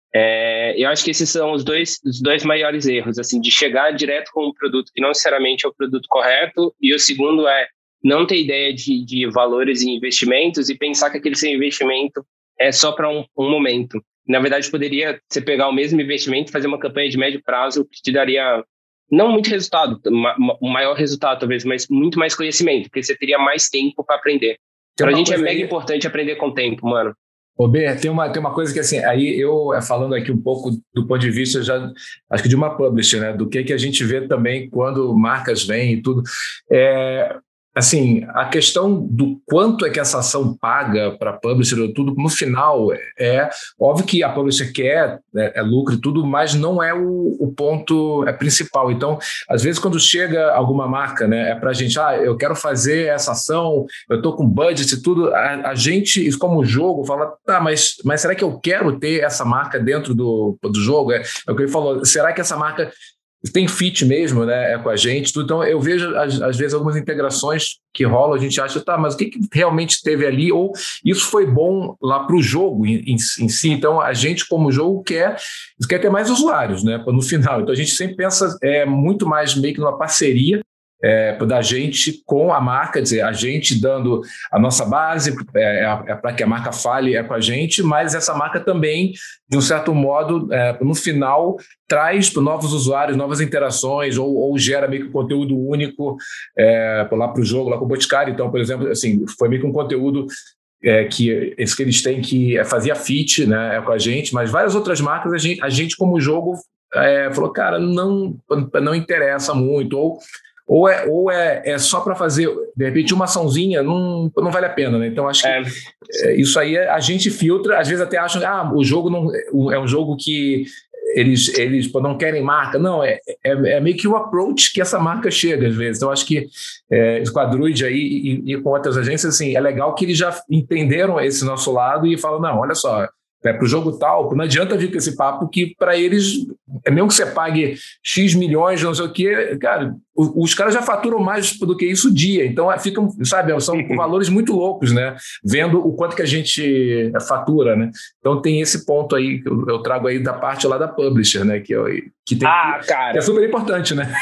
É, eu acho que esses são os dois, os dois maiores erros, assim, de chegar direto com um produto que não necessariamente é o produto correto, e o segundo é não ter ideia de, de valores e investimentos e pensar que aquele seu investimento é só para um, um momento. Na verdade, poderia você pegar o mesmo investimento e fazer uma campanha de médio prazo que te daria não muito resultado, um maior resultado talvez, mas muito mais conhecimento, porque você teria mais tempo para aprender. Para a gente é mega aí... importante aprender com o tempo, mano. Ô, Ber, tem uma, tem uma coisa que, assim, aí eu, falando aqui um pouco do ponto de vista, já, acho que de uma publisher, né, do que, que a gente vê também quando marcas vêm e tudo, é, assim, a questão do quanto é que essa ação paga para a publisher ou tudo, no final, é óbvio que a publisher quer é, é lucro e tudo, mas não é o, o ponto é principal. Então, às vezes, quando chega alguma marca, né, é para a gente, ah, eu quero fazer essa ação, eu estou com budget e tudo, a, a gente, isso como jogo, fala, tá, mas, mas será que eu quero ter essa marca dentro do, do jogo? É, é o que ele falou, será que essa marca tem fit mesmo, né, é com a gente, tudo. Então eu vejo às, às vezes algumas integrações que rolam, a gente acha, tá, mas o que, que realmente teve ali, ou isso foi bom lá para o jogo em, em, em si. Então a gente como jogo quer, quer ter mais usuários, né, no final. Então a gente sempre pensa é, muito mais meio que numa parceria É, da gente com a marca, quer dizer, a gente dando a nossa base é, é para que a marca fale é com a gente, mas essa marca também, de um certo modo, é, no final, traz novos usuários, novas interações, ou, ou gera meio que um conteúdo único é, lá para o jogo, lá com o Boticário. Então, por exemplo, assim, foi meio que um conteúdo É, que esse que eles têm que fazia fit, né, é com a gente, mas várias outras marcas a gente, a gente como jogo é, falou, cara, não, não interessa muito, ou Ou é, ou é, é só para fazer, de repente, uma açãozinha, não, não vale a pena, né? Então, acho que é. É, isso aí a gente filtra, às vezes até acham que ah, o jogo não, é um jogo que eles, eles pô, não querem marca. Não, é, é, é meio que o approach que essa marca chega às vezes. Então, acho que é, com a Druid aí e, e com outras agências, assim, é legal que eles já entenderam esse nosso lado e falam, não, olha só, é para o jogo tal, não adianta vir com esse papo que para eles, é mesmo que você pague X milhões, não sei o quê, cara, os, os caras já faturam mais do que isso dia, então ficam, sabe, são valores muito loucos, né, vendo o quanto que a gente fatura, né, então tem esse ponto aí que eu, eu trago aí da parte lá da publisher, né, que, eu, que tem ah, que, cara. que é super importante, né.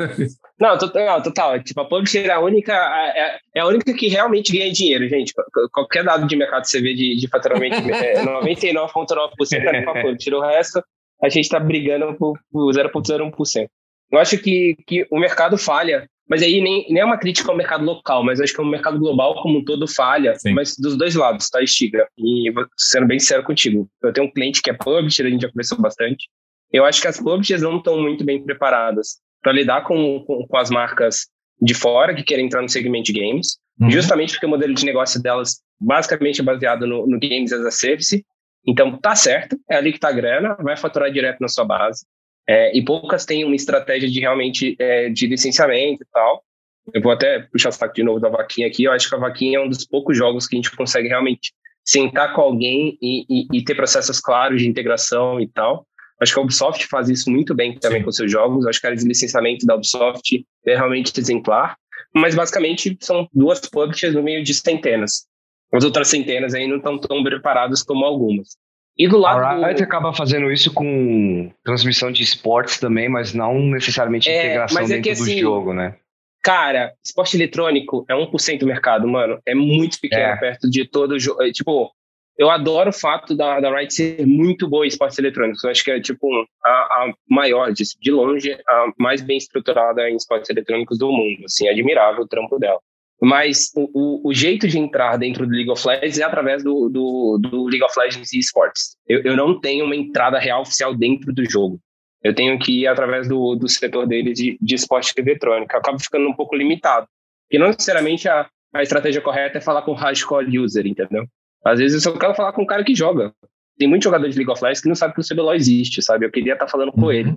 Não, total, total. Tipo, a publisher é a única, é, é a única que realmente ganha dinheiro, gente. Qualquer dado de mercado que você vê de, de faturamento, é noventa e nove vírgula nove por cento é para a publisher. O resto, a gente está brigando por, por zero vírgula zero um por cento. Eu acho que, que o mercado falha, mas aí nem, nem é uma crítica ao mercado local, mas acho que o mercado global como um todo falha, Sim. mas dos dois lados, tá, Estiga? E sendo bem sincero contigo, eu tenho um cliente que é publisher, a gente já conversou bastante. Eu acho que as publishers não estão muito bem preparadas para lidar com, com, com as marcas de fora que querem entrar no segmento de games, uhum. justamente porque o modelo de negócio delas basicamente é baseado no, no Games as a Service. Então, tá certo, é ali que tá a grana, vai faturar direto na sua base. É, e poucas têm uma estratégia de realmente é, de licenciamento e tal. Eu vou até puxar o saco de novo da Vaquinha aqui. Eu acho que a Vaquinha é um dos poucos jogos que a gente consegue realmente sentar com alguém e, e, e ter processos claros de integração e tal. Acho que a Ubisoft faz isso muito bem também Sim. com seus jogos. Acho que a área de licenciamento da Ubisoft é realmente exemplar. Mas, basicamente, são duas publishers no meio de centenas. As outras centenas aí não estão tão preparadas como algumas. E do lado a Riot do... acaba fazendo isso com transmissão de esportes também, mas não necessariamente é, integração mas é dentro que, do assim, jogo, né? Cara, esporte eletrônico é um por cento do mercado, mano. É muito pequeno é. perto de todo o jogo. Tipo... Eu adoro o fato da, da Riot ser muito boa em esportes eletrônicos. Eu acho que é, tipo, a, a maior, de, de longe, a mais bem estruturada em esportes eletrônicos do mundo. Assim, é admirável o trampo dela. Mas o, o, o jeito de entrar dentro do League of Legends é através do, do, do League of Legends e esportes. Eu, eu não tenho uma entrada real oficial dentro do jogo. Eu tenho que ir através do, do setor deles de, de esporte eletrônico. Eu acabo ficando um pouco limitado. Porque não necessariamente a, a estratégia correta é falar com o hardcore user, entendeu? Às vezes eu só quero falar com um cara que joga. Tem muito jogador de League of Legends que não sabe que o C B L O L existe, sabe? Eu queria estar falando com uhum. ele.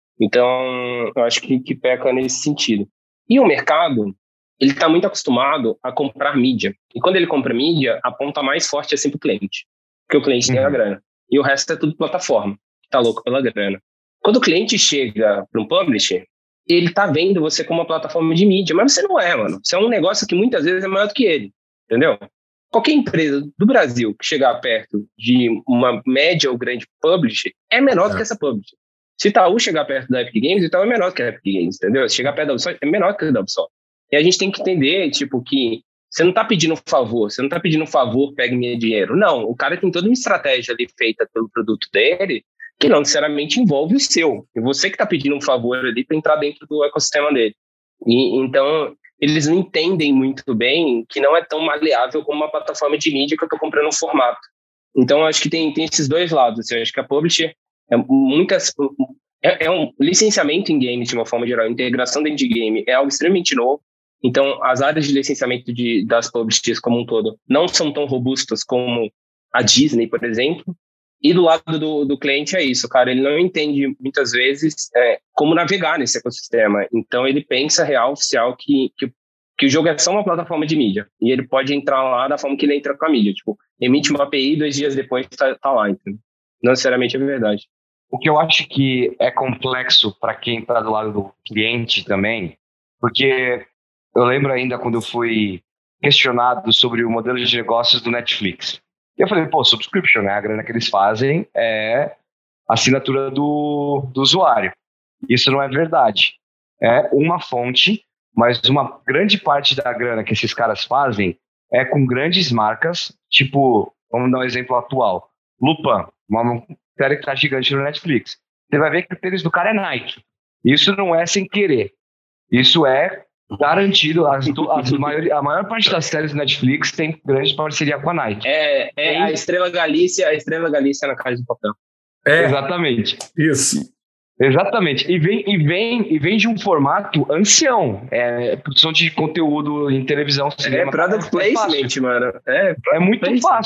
Então, eu acho que, que peca nesse sentido. E o mercado, ele está muito acostumado a comprar mídia. E quando ele compra mídia, a ponta mais forte é sempre o cliente. Porque o cliente uhum. tem a grana. E o resto é tudo plataforma, que tá louco pela grana. Quando o cliente chega para um publisher, ele tá vendo você como uma plataforma de mídia, mas você não é, mano. Você é um negócio que muitas vezes é maior do que ele, entendeu? Qualquer empresa do Brasil que chegar perto de uma média ou grande publisher é menor é. do que essa publisher. Se Itaú chegar perto da Epic Games, Itaú é menor do que a Epic Games, entendeu? Se chegar perto da Ubisoft, é menor do que a da Ubisoft. E a gente tem que entender, tipo, que você não está pedindo um favor, você não está pedindo um favor, pegue meu dinheiro. Não, o cara tem toda uma estratégia ali feita pelo produto dele que não necessariamente envolve o seu. E você que está pedindo um favor ali para entrar dentro do ecossistema dele. E, então... eles não entendem muito bem que não é tão maleável como uma plataforma de mídia que eu estou comprando um formato. Então, eu acho que tem, tem esses dois lados. Assim, eu acho que a publisher é, muitas, é, é um licenciamento em games, de uma forma geral, integração dentro de game é algo extremamente novo. Então, as áreas de licenciamento de, das publishers como um todo não são tão robustas como a Disney, por exemplo. E do lado do, do cliente é isso, cara, ele não entende muitas vezes é, como navegar nesse ecossistema. Então ele pensa real, oficial, que, que, que o jogo é só uma plataforma de mídia. E ele pode entrar lá da forma que ele entra com a mídia. Tipo, emite uma A P I, dois dias depois tá, tá lá, entendeu? Não necessariamente é verdade. O que eu acho que é complexo para quem está do lado do cliente também, porque eu lembro ainda quando eu fui questionado sobre o modelo de negócios do Netflix. E eu falei, pô, subscription, né? A grana que eles fazem é assinatura do, do usuário. Isso não é verdade. É uma fonte, mas uma grande parte da grana que esses caras fazem é com grandes marcas, tipo, vamos dar um exemplo atual, Lupin, uma série que está gigante no Netflix. Você vai ver que o tênis do cara é Nike. Isso não é sem querer. Isso é garantido. As, as maior, a maior parte das séries do Netflix tem grande parceria com a Nike. É, é a Estrela Galícia, a Estrela Galícia na Casa de Papel. É, exatamente. Isso. Exatamente. E vem, e, vem, e vem de um formato ancião. É produção de conteúdo em televisão, cinema. É product placement, mano. É, é muito placement. fácil.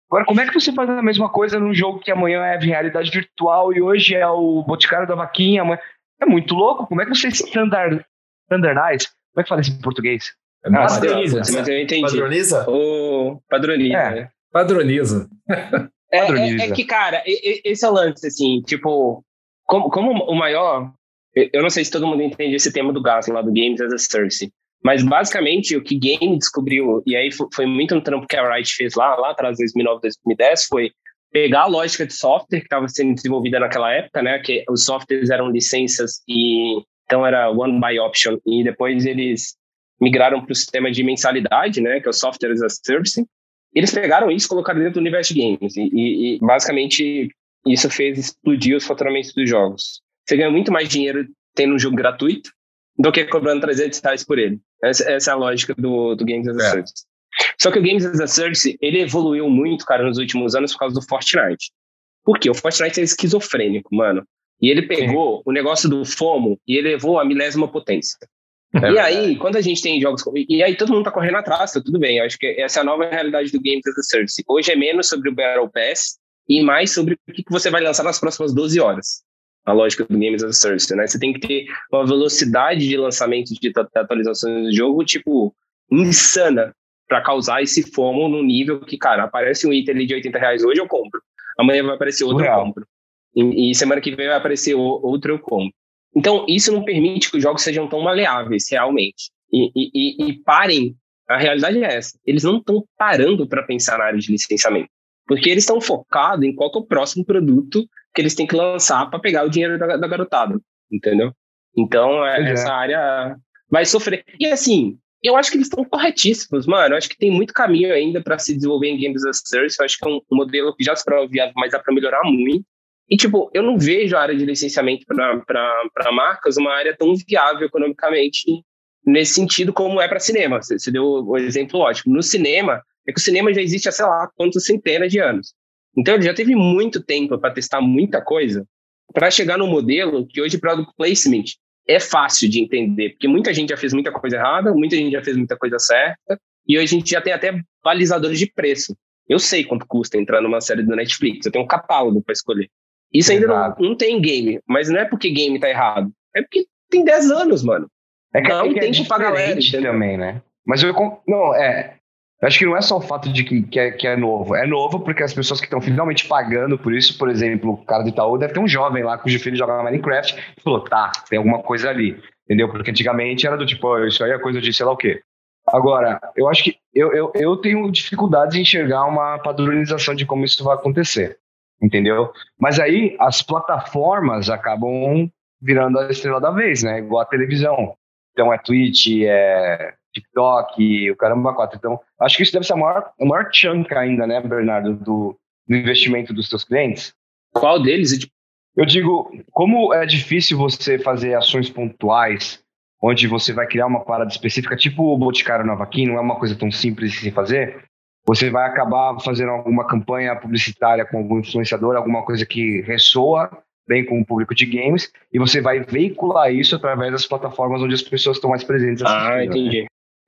Agora, como é que você faz a mesma coisa num jogo que amanhã é realidade virtual e hoje é o Boticário da Vaquinha? Amanhã... É muito louco. Como é que você standard, standardize? Como é que fala isso em português? É ah, padroniza. Mas eu entendi. Padroniza? O padroniza. É, né? padroniza. É, padroniza. É, é que, cara, esse é o lance, assim, tipo, como, como o maior... Eu não sei se todo mundo entende esse tema do gasto lá do Games as a Service, mas basicamente o que Game descobriu, e aí foi muito um trampo que a Riot fez lá, lá atrás, dois mil e nove, dois mil e dez, foi pegar a lógica de software que estava sendo desenvolvida naquela época, né, que os softwares eram licenças e então era one by option, e depois eles migraram para o sistema de mensalidade, né, que é o Software as a Service. Eles pegaram isso e colocaram dentro do universo de games, e, e, e basicamente isso fez explodir os faturamentos dos jogos. Você ganha muito mais dinheiro tendo um jogo gratuito do que cobrando trezentos reais por ele. Essa, essa é a lógica do, do Games as a Service. É. Só que o Games as a Service, ele evoluiu muito, cara, nos últimos anos por causa do Fortnite. Por quê? O Fortnite é esquizofrênico, mano. E ele pegou Sim. o negócio do FOMO e elevou a milésima potência. É e verdade. Aí, quando a gente tem jogos... E aí todo mundo tá correndo atrás, tá tudo bem. Eu acho que essa é a nova realidade do Games as a Service. Hoje é menos sobre o Battle Pass e mais sobre o que você vai lançar nas próximas doze horas. A lógica do Games as a Service, né? Você tem que ter uma velocidade de lançamento de atualizações do jogo, tipo, insana, para causar esse FOMO no nível que, cara, aparece um item ali de oitenta reais hoje, eu compro. Amanhã vai aparecer outro, Real. eu compro. E, e semana que vem vai aparecer outro, eu compro. Então, isso não permite que os jogos sejam tão maleáveis, realmente. E, e, e parem, a realidade é essa. Eles não estão parando para pensar na área de licenciamento. Porque eles estão focados em qual que é o próximo produto que eles têm que lançar para pegar o dinheiro da, da garotada, entendeu? Então, é, essa área vai sofrer. E assim, eu acho que eles estão corretíssimos, mano. Eu acho que tem muito caminho ainda para se desenvolver em Games as a Service. Eu acho que é um, um modelo que já se prova viável, mas dá para melhorar muito. E, tipo, eu não vejo a área de licenciamento para marcas uma área tão viável economicamente nesse sentido como é para cinema. Você, você deu o exemplo ótimo. No cinema, é que o cinema já existe há, sei lá, quantas centenas de anos. Então, ele já teve muito tempo para testar muita coisa para chegar no modelo que hoje product placement é fácil de entender, porque muita gente já fez muita coisa errada, muita gente já fez muita coisa certa, e hoje a gente já tem até balizadores de preço. Eu sei quanto custa entrar numa série do Netflix, eu tenho um catálogo para escolher. Isso ainda não, não tem game, mas não é porque game tá errado, é porque tem dez anos, mano. É que, não é, que tem é pra galera também, né? Mas eu não, é... Eu acho que não é só o fato de que, que, é, que é novo. É novo porque as pessoas que estão finalmente pagando por isso, por exemplo, o cara do Itaú deve ter um jovem lá cujo filho joga Minecraft e falou, tá, tem alguma coisa ali, entendeu? Porque antigamente era do tipo, oh, isso aí é coisa de sei lá o quê. Agora, eu acho que eu, eu, eu tenho dificuldades em enxergar uma padronização de como isso vai acontecer, entendeu? Mas aí as plataformas acabam virando a estrela da vez, né? Igual a televisão. Então é Twitch, é... TikTok, o caramba quatro. Então, acho que isso deve ser a maior, a maior chunk ainda, né, Bernardo, do, do investimento dos seus clientes. Qual deles? Eu digo, como é difícil você fazer ações pontuais, onde você vai criar uma parada específica, tipo o Boticário na Vaquinha, não é uma coisa tão simples de se fazer, você vai acabar fazendo alguma campanha publicitária com algum influenciador, alguma coisa que ressoa bem com o público de games, e você vai veicular isso através das plataformas onde as pessoas estão mais presentes assistindo. Ah, entendi. Né?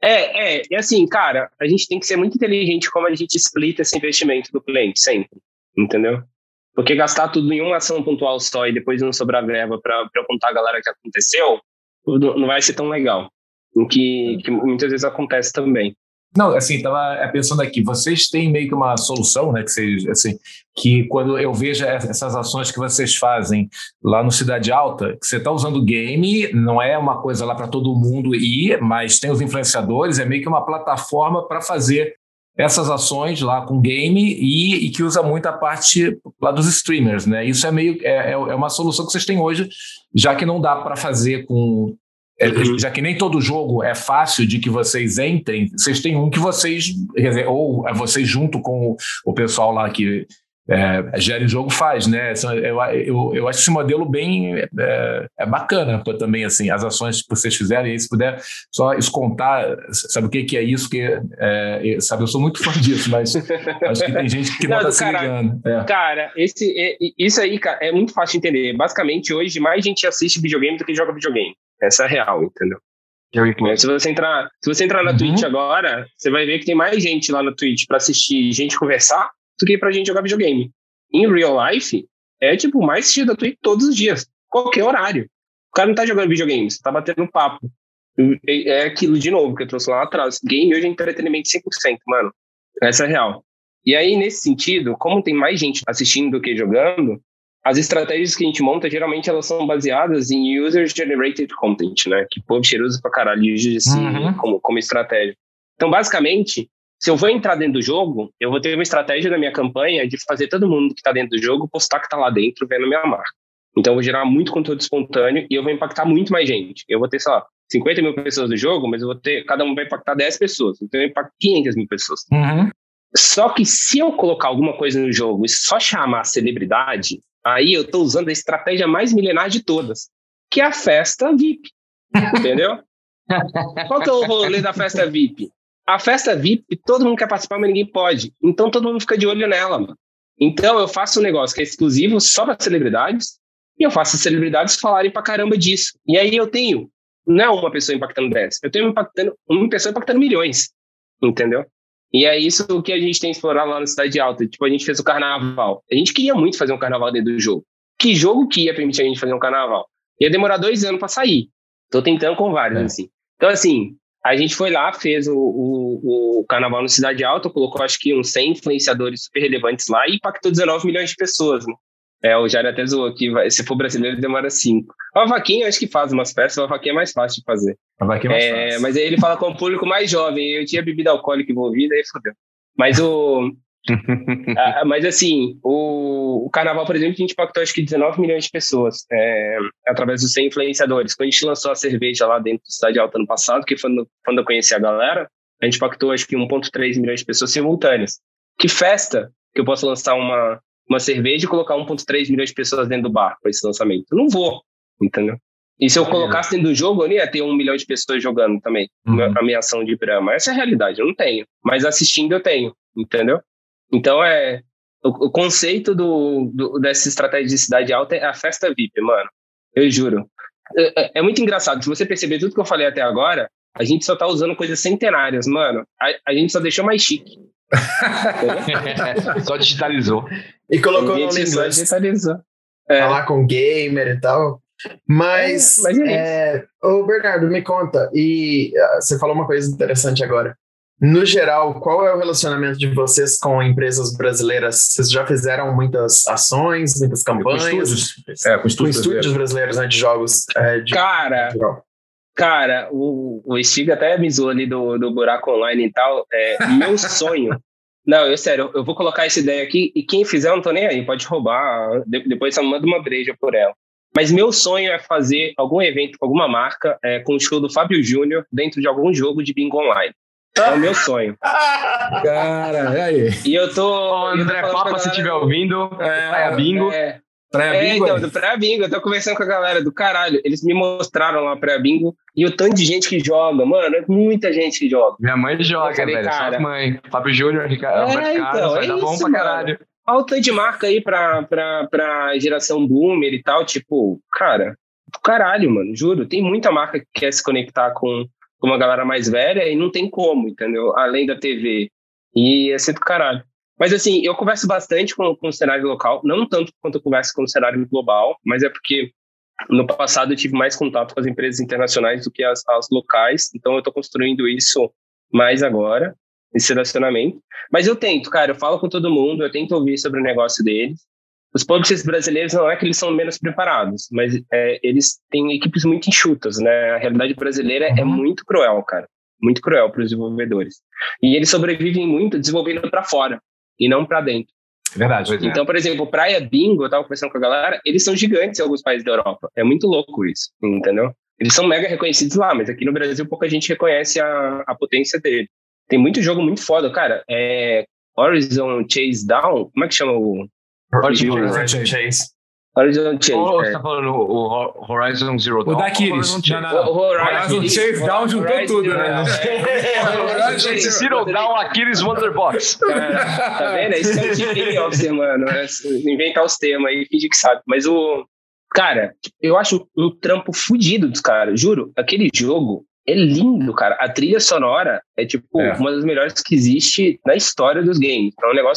É, é, e assim, cara, a gente tem que ser muito inteligente como a gente explica esse investimento do cliente, sempre, entendeu? Porque gastar tudo em uma ação pontual só e depois não sobrar verba para eu contar a galera que aconteceu, não vai ser tão legal, o que, que muitas vezes acontece também. Não, assim, tava pensando aqui, vocês têm meio que uma solução, né, que vocês, assim, que quando eu vejo essas ações que vocês fazem lá no Cidade Alta, que você está usando game, não é uma coisa lá para todo mundo ir, mas tem os influenciadores, é meio que uma plataforma para fazer essas ações lá com game e, e que usa muito a parte lá dos streamers, né? Isso é meio, é, é uma solução que vocês têm hoje, já que não dá para fazer com... É, já que nem todo jogo é fácil de que vocês entrem, vocês têm um que vocês, ou vocês junto com o pessoal lá que é, gera o jogo faz, né? Eu, eu, eu acho esse modelo bem é, é bacana também, assim, as ações que vocês fizerem, e se puder só escontar, sabe o que, que é isso? Que, é, sabe, eu sou muito fã disso, mas acho que tem gente que não está se ligando. É. Cara, esse, é, isso aí, cara, é muito fácil de entender. Basicamente, hoje, mais gente assiste videogame do que joga videogame. Essa é real, entendeu? Se você entrar, se você entrar na uhum. Twitch agora, você vai ver que tem mais gente lá na Twitch para assistir gente conversar do que pra gente jogar videogame. Em real life, é tipo mais assistido da Twitch todos os dias, qualquer horário. O cara não tá jogando videogame, você tá batendo papo. É aquilo de novo que eu trouxe lá atrás. Game hoje é entretenimento cem por cento, mano. Essa é real. E aí, nesse sentido, como tem mais gente assistindo do que jogando, as estratégias que a gente monta, geralmente elas são baseadas em user-generated content, né? Que o publisher usa pra caralho e usa assim, uhum. como, como estratégia. Então, basicamente, se eu vou entrar dentro do jogo, eu vou ter uma estratégia na minha campanha de fazer todo mundo que tá dentro do jogo postar que tá lá dentro vendo minha marca. Então, eu vou gerar muito conteúdo espontâneo e eu vou impactar muito mais gente. Eu vou ter, sei lá, cinquenta mil pessoas do jogo, mas eu vou ter, cada um vai impactar dez pessoas. Então, eu impacto quinhentas mil pessoas. Uhum. Só que se eu colocar alguma coisa no jogo e só chamar a celebridade, aí eu tô usando a estratégia mais milenar de todas, que é a festa V I P. Entendeu? Qual que é o rolê da festa V I P? A festa V I P, todo mundo quer participar, mas ninguém pode. Então, todo mundo fica de olho nela, mano. Então, eu faço um negócio que é exclusivo só para celebridades, e eu faço as celebridades falarem pra caramba disso. E aí eu tenho, não é uma pessoa impactando dez, eu tenho impactando, uma pessoa impactando milhões, entendeu? E é isso que a gente tem explorado lá na Cidade Alta. Tipo, a gente fez o carnaval. A gente queria muito fazer um carnaval dentro do jogo. Que jogo que ia permitir a gente fazer um carnaval? Ia demorar dois anos pra sair. Tô tentando com vários, é. assim. Então, assim, a gente foi lá, fez o, o, o carnaval na Cidade Alta, colocou acho que uns cem influenciadores super relevantes lá e impactou dezenove milhões de pessoas, né? É, o Jair até zoou que vai, se for brasileiro demora cinco. A vaquinha acho que faz umas festas, a vaquinha é mais fácil de fazer. A vaquinha é mais é, fácil. Mas aí ele fala com o público mais jovem, eu tinha bebida alcoólica envolvida, aí fodeu. Mas o... a, mas assim, o, o carnaval, por exemplo, a gente impactou acho que dezenove milhões de pessoas é, através dos cem influenciadores. Quando a gente lançou a cerveja lá dentro da Cidade Alta ano passado, que foi quando eu conheci a galera, a gente impactou acho que um vírgula três milhões de pessoas simultâneas. Que festa que eu posso lançar uma... uma cerveja e colocar um vírgula três milhões de pessoas dentro do bar para esse lançamento. Eu não vou, entendeu? E se eu colocasse dentro do jogo, eu não ia ter um milhão de pessoas jogando também, uhum. a minha ação de Brahma. Essa é a realidade, eu não tenho. Mas assistindo eu tenho, entendeu? Então, é o, o conceito do, do, dessa estratégia de Cidade Alta é a festa V I P, mano. Eu juro. É, é muito engraçado. Se você perceber tudo que eu falei até agora, a gente só tá usando coisas centenárias, mano. A, a gente só deixou mais chique. Só digitalizou. E colocou no inglês. Só digitalizou. É. Falar com gamer e tal. Mas, é, mas é é, ô Bernardo, me conta. E uh, você falou uma coisa interessante agora. No geral, qual é o relacionamento de vocês com empresas brasileiras? Vocês já fizeram muitas ações, muitas campanhas? Com estúdios, é, com estúdios, com estúdios brasileiros, né, de jogos. É, de, cara, de cara, o, o Stiga até avisou ali do, do buraco online e tal. É, meu sonho. Não, eu sério, eu vou colocar essa ideia aqui e quem fizer eu não tô nem aí, pode roubar. De, depois você manda uma breja por ela. Mas meu sonho é fazer algum evento com alguma marca é, com o show do Fábio Júnior dentro de algum jogo de bingo online. É o meu sonho. Cara, e aí? E eu tô... André Papa, se estiver ouvindo, é, Praia Bingo. É, Praia é Bingo, então, é? do Praia Bingo. Eu tô conversando com a galera do caralho. Eles me mostraram lá Praia Bingo e o tanto de gente que joga. Mano, é muita gente que joga. Minha mãe joga, falei, velho. Cara, só mãe. Fábio Júnior, Ricardo, é, Carlos, então, vai é dar bom isso, pra caralho. Mano. Olha o tanto de marca aí pra, pra, pra geração boomer e tal. Tipo, cara, do caralho, mano. Juro. Tem muita marca que quer se conectar com... com uma galera mais velha e não tem como, entendeu? Além da T V. E é ser do caralho. Mas assim, eu converso bastante com, com o cenário local, não tanto quanto eu converso com o cenário global, mas é porque no passado eu tive mais contato com as empresas internacionais do que as, as locais, então eu estou construindo isso mais agora, esse relacionamento. Mas eu tento, cara, eu falo com todo mundo, eu tento ouvir sobre o negócio deles. Os publishers brasileiros não é que eles são menos preparados, mas é, eles têm equipes muito enxutas, né? A realidade brasileira uhum. é muito cruel, cara. Muito cruel para os desenvolvedores. E eles sobrevivem muito desenvolvendo para fora e não para dentro. Verdade. Então, por exemplo, Praia Bingo, eu tava conversando com a galera, eles são gigantes em alguns países da Europa. É muito louco isso, entendeu? Eles são mega reconhecidos lá, mas aqui no Brasil pouca gente reconhece a, a potência dele. Tem muito jogo muito foda, cara. É Horizon Chase Down, como é que chama o... Horizon, Horizon Chase. Horizon Chase. Ou é. você tá falando o Horizon Zero Dawn? O da Aquiles. Horizon, não, não. O Horizon, Horizon Chase Down juntou Horizon, tudo, né? Horizon Zero Dawn Aquiles Wonderbox. Cara, tá vendo? Isso é um time officer, mano. É inventar os temas aí, fingir que sabe. Mas o... Cara, eu acho um trampo fudido dos caras. Juro, aquele jogo é lindo, cara. A trilha sonora é, tipo, é. uma das melhores que existe na história dos games. É um negócio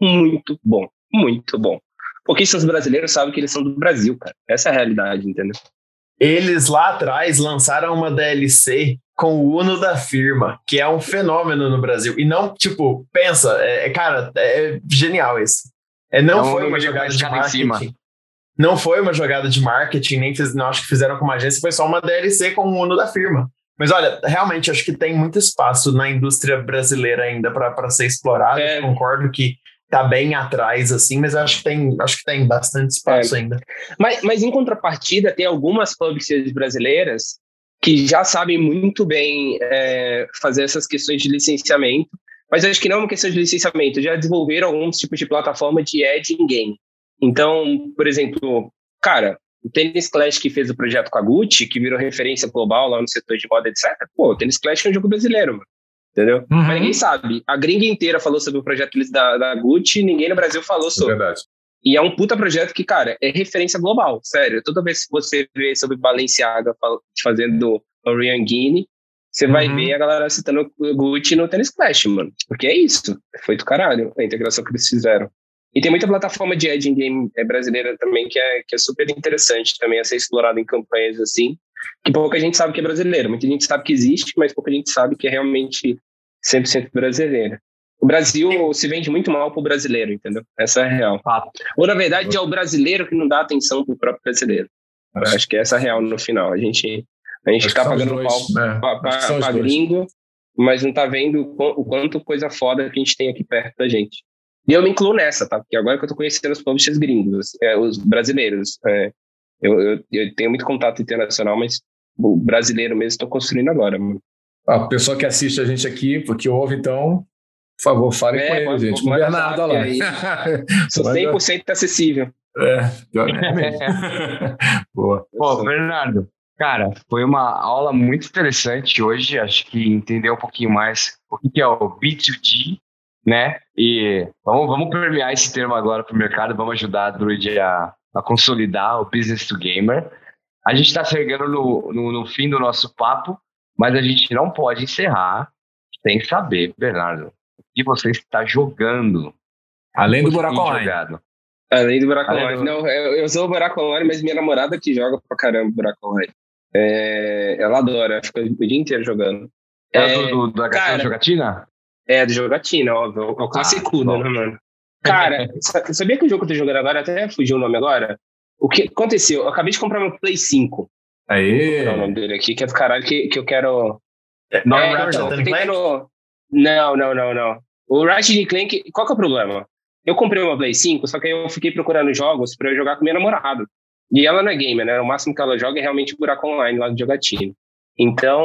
muito bom, muito bom. Pouquíssimos brasileiros sabem que eles são do Brasil, cara. Essa é a realidade, entendeu? Eles lá atrás lançaram uma D L C com o Uno da firma, que é um fenômeno no Brasil. E não, tipo, pensa, é, cara, é genial isso. É, não, Então, foi uma jogada de marketing. Não foi uma jogada de marketing, nem fiz, não acho que fizeram com uma agência, foi só uma D L C com o Uno da firma. Mas olha, realmente acho que tem muito espaço na indústria brasileira ainda para ser explorado. É. Concordo que tá bem atrás, assim, mas acho que tem, acho que tem bastante espaço é. ainda. Mas, mas, em contrapartida, tem algumas publishers brasileiras que já sabem muito bem é, fazer essas questões de licenciamento, mas acho que não é uma questão de licenciamento, já desenvolveram alguns tipos de plataforma de ad in-game. Então, por exemplo, cara, o Tennis Clash que fez o projeto com a Gucci, que virou referência global lá no setor de moda, etcétera. Pô, o Tennis Clash é um jogo brasileiro, mano. Entendeu? Uhum. Mas ninguém sabe. A gringa inteira falou sobre o projeto da, da Gucci, ninguém no Brasil falou sobre. É verdade. E é um puta projeto que, cara, é referência global, sério. Toda vez que você vê sobre Balenciaga fazendo o Riangini, você uhum. vai ver a galera citando o Gucci no Tennis Clash, mano. Porque é isso. Foi do caralho a integração que eles fizeram. E tem muita plataforma de ad in-game brasileira também que é, que é super interessante também a ser explorada em campanhas assim, que pouca gente sabe que é brasileira. Muita gente sabe que existe, mas pouca gente sabe que é realmente cem por cento brasileira. O Brasil se vende muito mal pro brasileiro, entendeu? Essa é a real. Ou, na verdade, é o brasileiro que não dá atenção pro próprio brasileiro. Eu acho que essa é a real no final. A gente, a gente tá pagando dois, pau é, pra, pra, pra gringo, mas não tá vendo o, o quanto coisa foda que a gente tem aqui perto da gente. E eu me incluo nessa, tá? Porque agora que eu tô conhecendo os publishers gringos, é, os brasileiros, é, eu, eu, eu tenho muito contato internacional, mas o brasileiro mesmo estou construindo agora, mano. Ah, o pessoal que assiste a gente aqui, porque ouve, então, por favor, fale é, com ele, pode, gente. Com o Bernardo, olha lá. Sou cem por cento acessível. É, é mesmo. Boa. Pô, Bernardo, cara, foi uma aula muito interessante hoje. Acho que entender um pouquinho mais o que é o B dois G, né? E vamos, vamos permear esse termo agora para o mercado, vamos ajudar a Druid a, a consolidar o Business to Gamer. A gente está chegando no, no, no fim do nosso papo, mas a gente não pode encerrar sem saber, Bernardo, o que você está jogando. Além do Buraco Online. Jogado. Além do Buraco Online. Do... Não, eu, eu sou o Buraco Online, mas minha namorada que joga pra caramba Buraco Online. É, ela adora, fica o dia inteiro jogando. É, é do, do, da cara, jogatina? É, do jogatina, óbvio. É o clássico, ah, né, mano? Cara, sabia que o jogo que eu tô jogando agora, até fugiu o nome agora? O que aconteceu? Eu acabei de comprar meu Play cinco. Aê! Vou o nome dele aqui, que é do caralho, que, que eu quero... Não, é, é, então, quero... não, não, não, não. O Ratchet and Clank, qual que é o problema? Eu comprei uma Play cinco, só que aí eu fiquei procurando jogos pra eu jogar com minha namorada. E ela não é gamer, né? O máximo que ela joga é realmente Buraco Online lá de jogatina. Então...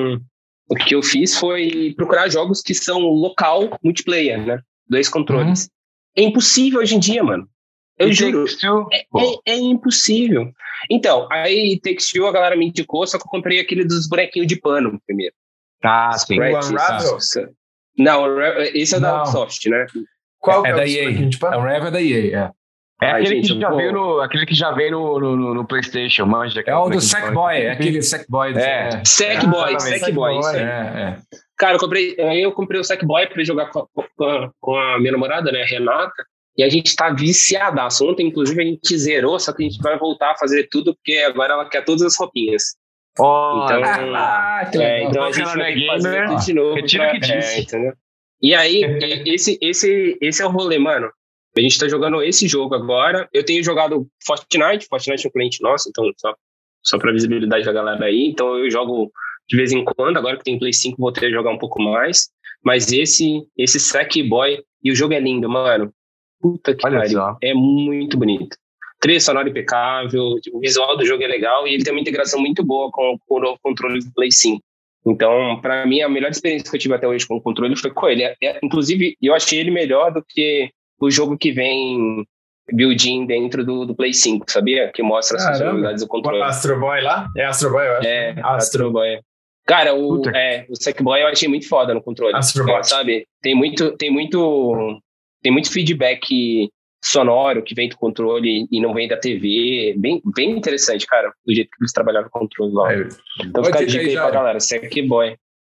o que eu fiz foi procurar jogos que são local multiplayer, né? Dois controles. Uhum. É impossível hoje em dia, mano. Eu e juro. É, é, é impossível. Então, aí Takes Two a galera me indicou, só que eu comprei aquele dos bonequinhos de pano primeiro. Tá, sim. O Unravel? Não, esse é da Ubisoft, né? Qual é, é da E A. O Unravel é da E A, é. É aquele, Ai, gente, que já veio no, aquele que já veio no, no, no PlayStation, manja. É o do Sackboy, é aquele Sackboy. É, Sackboy, é. Sackboy. É, é. Cara, eu comprei, eu comprei o Sackboy pra jogar com a, com, a, com a minha namorada, né, Renata, e a gente tá viciadaço. Ontem, inclusive, a gente zerou, só que a gente vai voltar a fazer tudo, porque agora ela quer todas as roupinhas. Oh, então, ah, é, então a gente vai fazer tudo de novo. Retiro pra, que disse. É, entendeu? E aí, esse, esse, esse é o rolê, mano. A gente tá jogando esse jogo agora. Eu tenho jogado Fortnite. Fortnite é um cliente nosso, então só, só pra visibilidade da galera aí. Então eu jogo de vez em quando. Agora que tem Play cinco, vou ter que jogar um pouco mais. Mas esse, esse Sackboy, e o jogo é lindo, mano. Puta que pariu. É muito bonito. Trilha sonora impecável, o visual do jogo é legal e ele tem uma integração muito boa com, com o novo controle do Play cinco. Então, pra mim, a melhor experiência que eu tive até hoje com o controle foi com ele. É, é, inclusive, eu achei ele melhor do que o jogo que vem built-in dentro do, do Play cinco, sabia? Que mostra as funcionalidades do controle. O Astro Boy lá? É Astro Boy, eu acho. É, Astro, Astro Boy. Cara, o, é, o Sackboy eu achei muito foda no controle. Astro Boy. Sabe? Tem muito, tem muito, tem muito feedback sonoro que vem do controle e não vem da T V. Bem, bem interessante, cara, do jeito que eles trabalharam com o controle lá. É. Então fica a dica aí pra galera, Sackboy.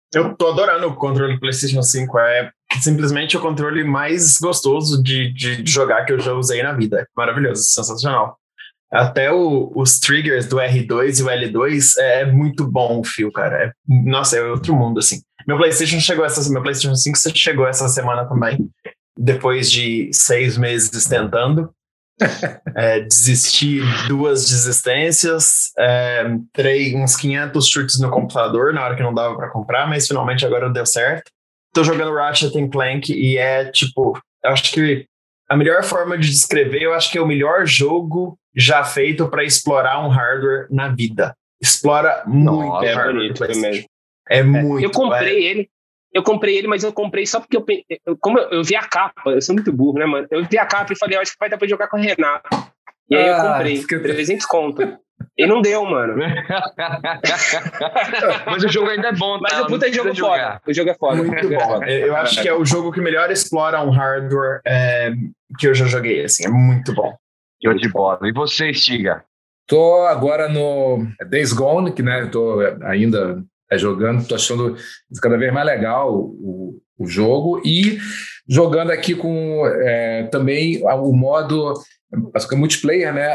Eu tô adorando o controle do PlayStation cinco. É simplesmente o controle mais gostoso de, de jogar que eu já usei na vida. Maravilhoso, sensacional. Até o, os triggers do R dois e o L dois é muito bom o fio, cara. É, nossa, é outro mundo, assim. Meu PlayStation chegou essa, meu PlayStation cinco chegou essa semana também, depois de seis meses tentando. É, desisti duas desistências, é, terei uns quinhentos chutes no computador na hora que não dava pra comprar, mas finalmente agora deu certo. Tô jogando Ratchet and Clank e é tipo, acho que a melhor forma de descrever, eu acho que é o melhor jogo já feito para explorar um hardware na vida. Explora muito. Nossa, é bonito mesmo. É muito. Eu comprei é. ele. Eu comprei ele, mas eu comprei só porque eu, eu como eu, eu vi a capa, eu sou muito burro, né, mano? Eu vi a capa e falei, eu acho que vai dar pra jogar com o Renato. E aí ah, eu comprei, que... trezentos conto. E não deu, mano. Mas o jogo ainda é bom, tá? Mas o puta jogo é foda. O jogo é foda. Muito bom. Eu acho que é o jogo que melhor explora um hardware é, que eu já joguei, assim. É muito bom. Show de bola. E você, Stiga? Tô agora no Days Gone, que né, tô ainda jogando, tô achando cada vez mais legal o, o jogo e jogando aqui com é, também o modo acho que é multiplayer, né,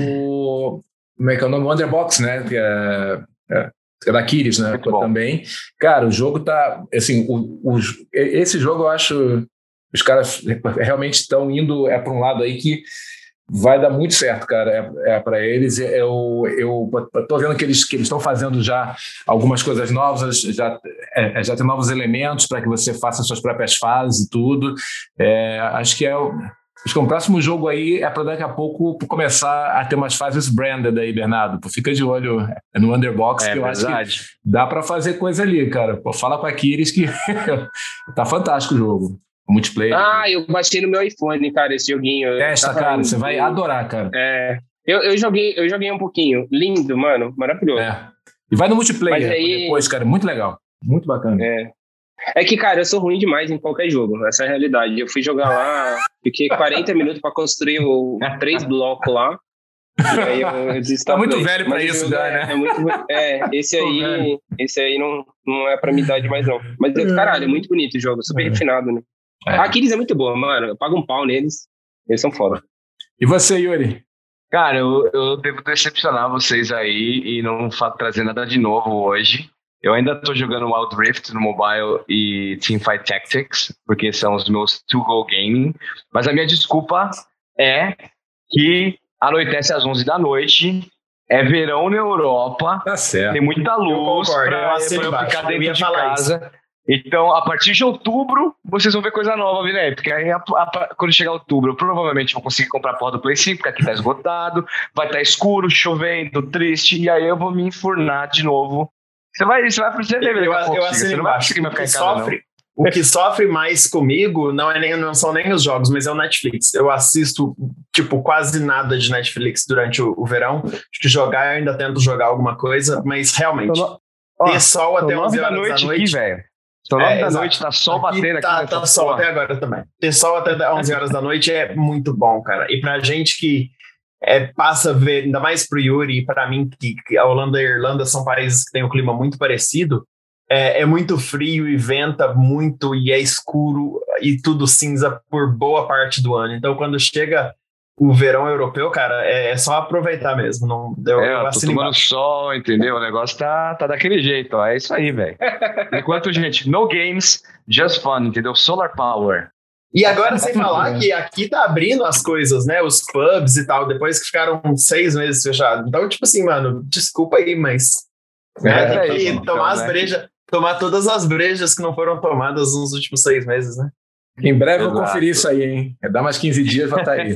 do como é que é o nome? Wonderbox, né, que é, é, é da Kiris, né, também. Cara, o jogo tá, assim, o, o, esse jogo eu acho os caras realmente estão indo é para um lado aí que vai dar muito certo, cara, é, é para eles. Eu, eu tô vendo que eles que eles estão fazendo já algumas coisas novas, já, é, já tem novos elementos para que você faça suas próprias fases e tudo. É, acho que é o, acho que o próximo jogo aí é para daqui a pouco começar a ter umas fases branded aí, Bernardo. Pô, fica de olho no Wonderbox, é, que eu verdade. acho que dá para fazer coisa ali, cara. Pô, fala com a Kiris que tá fantástico o jogo. Multiplayer. Ah, eu baixei no meu iPhone, cara, esse joguinho. Testa, cara, você vai adorar, cara. É, eu, eu, joguei, eu joguei um pouquinho. Lindo, mano, maravilhoso. É. E vai no multiplayer aí... depois, cara, muito legal. Muito bacana. É. é que, cara, eu sou ruim demais em qualquer jogo, essa é a realidade. Eu fui jogar lá, fiquei quarenta minutos pra construir o, três blocos lá. E aí eu, eu tá muito velho pra isso, já, é, né? É, muito, é esse aí, esse aí não, não é pra minha idade mais, não. Mas, caralho, é muito bonito o jogo, super é. refinado, né? É. A Kiris é muito boa, mano. Eu pago um pau neles. Eles são foda. E você, Yuri? Cara, eu, eu devo decepcionar vocês aí e não trazer nada de novo hoje. Eu ainda tô jogando Wild Rift no mobile e Teamfight Tactics, porque são os meus to-go gaming. Mas a minha desculpa é que anoitece às onze da noite, é verão na Europa, tá certo. Tem muita luz eu pra, pra eu ficar dentro de casa. Isso. Então, a partir de outubro, vocês vão ver coisa nova vindo aí. Porque aí, a, a, quando chegar outubro, eu provavelmente vou conseguir comprar a porra do Play cinco, porque aqui tá esgotado, vai estar tá escuro, chovendo, triste, e aí eu vou me enfurnar de novo. Você vai, você vai perceber, eu, eu, eu assino embaixo. Ficar em casa, sofre, o que sofre mais comigo não, é nem, não são nem os jogos, mas é o Netflix. Eu assisto, tipo, quase nada de Netflix durante o, o verão. Acho que jogar, eu ainda tento jogar alguma coisa, mas realmente, no... ter oh, sol até onze horas da noite... Aqui, velho. São nove é, da noite, tá sol aqui batendo aqui. Tá, tá sol porra. Até agora também. Ter sol até onze horas da noite é muito bom, cara. E pra gente que é, passa a ver, ainda mais pro Yuri e pra mim, que, que a Holanda e a Irlanda são países que têm um clima muito parecido, é, é muito frio e venta muito e é escuro e tudo cinza por boa parte do ano. Então, quando chega o verão europeu, cara, é, é só aproveitar mesmo. Não, eu, é, eu tô tomando embaixo. Sol, entendeu? O negócio tá, tá daquele jeito, ó. É isso aí, velho. Enquanto, gente, no games, just fun, entendeu? Solar power. E agora, sem falar que aqui tá abrindo as coisas, né? Os pubs e tal, depois que ficaram seis meses fechados. Então, tipo assim, mano, desculpa aí, mas... É, é, tem que é, tomar então, as né? brejas, tomar todas as brejas que não foram tomadas nos últimos seis meses, né? Em breve eu vou conferir isso aí, hein? Dá mais quinze dias pra estar aí.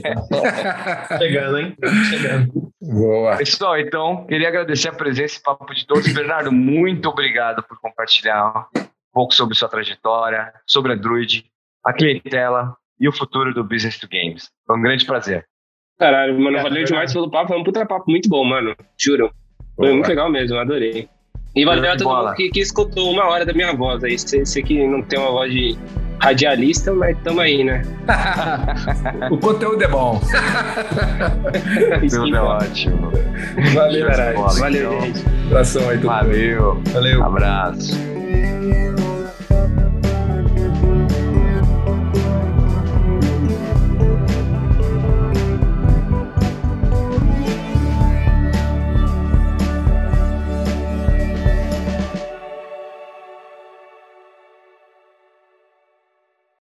Chegando, hein? Chegando. Boa. Pessoal, então, queria agradecer a presença e papo de todos. Bernardo, muito obrigado por compartilhar um pouco sobre sua trajetória, sobre a Druid, a clientela e o futuro do Business to Games. Foi um grande prazer. Caralho, mano, é, valeu demais pelo papo. Foi um puta papo muito bom, mano. Juro. Foi Boa. muito legal mesmo, adorei. E valeu a todo bola. mundo que, que escutou uma hora da minha voz aí. Você que não tem uma voz de radialista, mas tamo aí, né? O conteúdo é bom. O conteúdo é ótimo. Valeu, caralho. Valeu, gente. Abração aí, todo Valeu. Valeu. Abraço.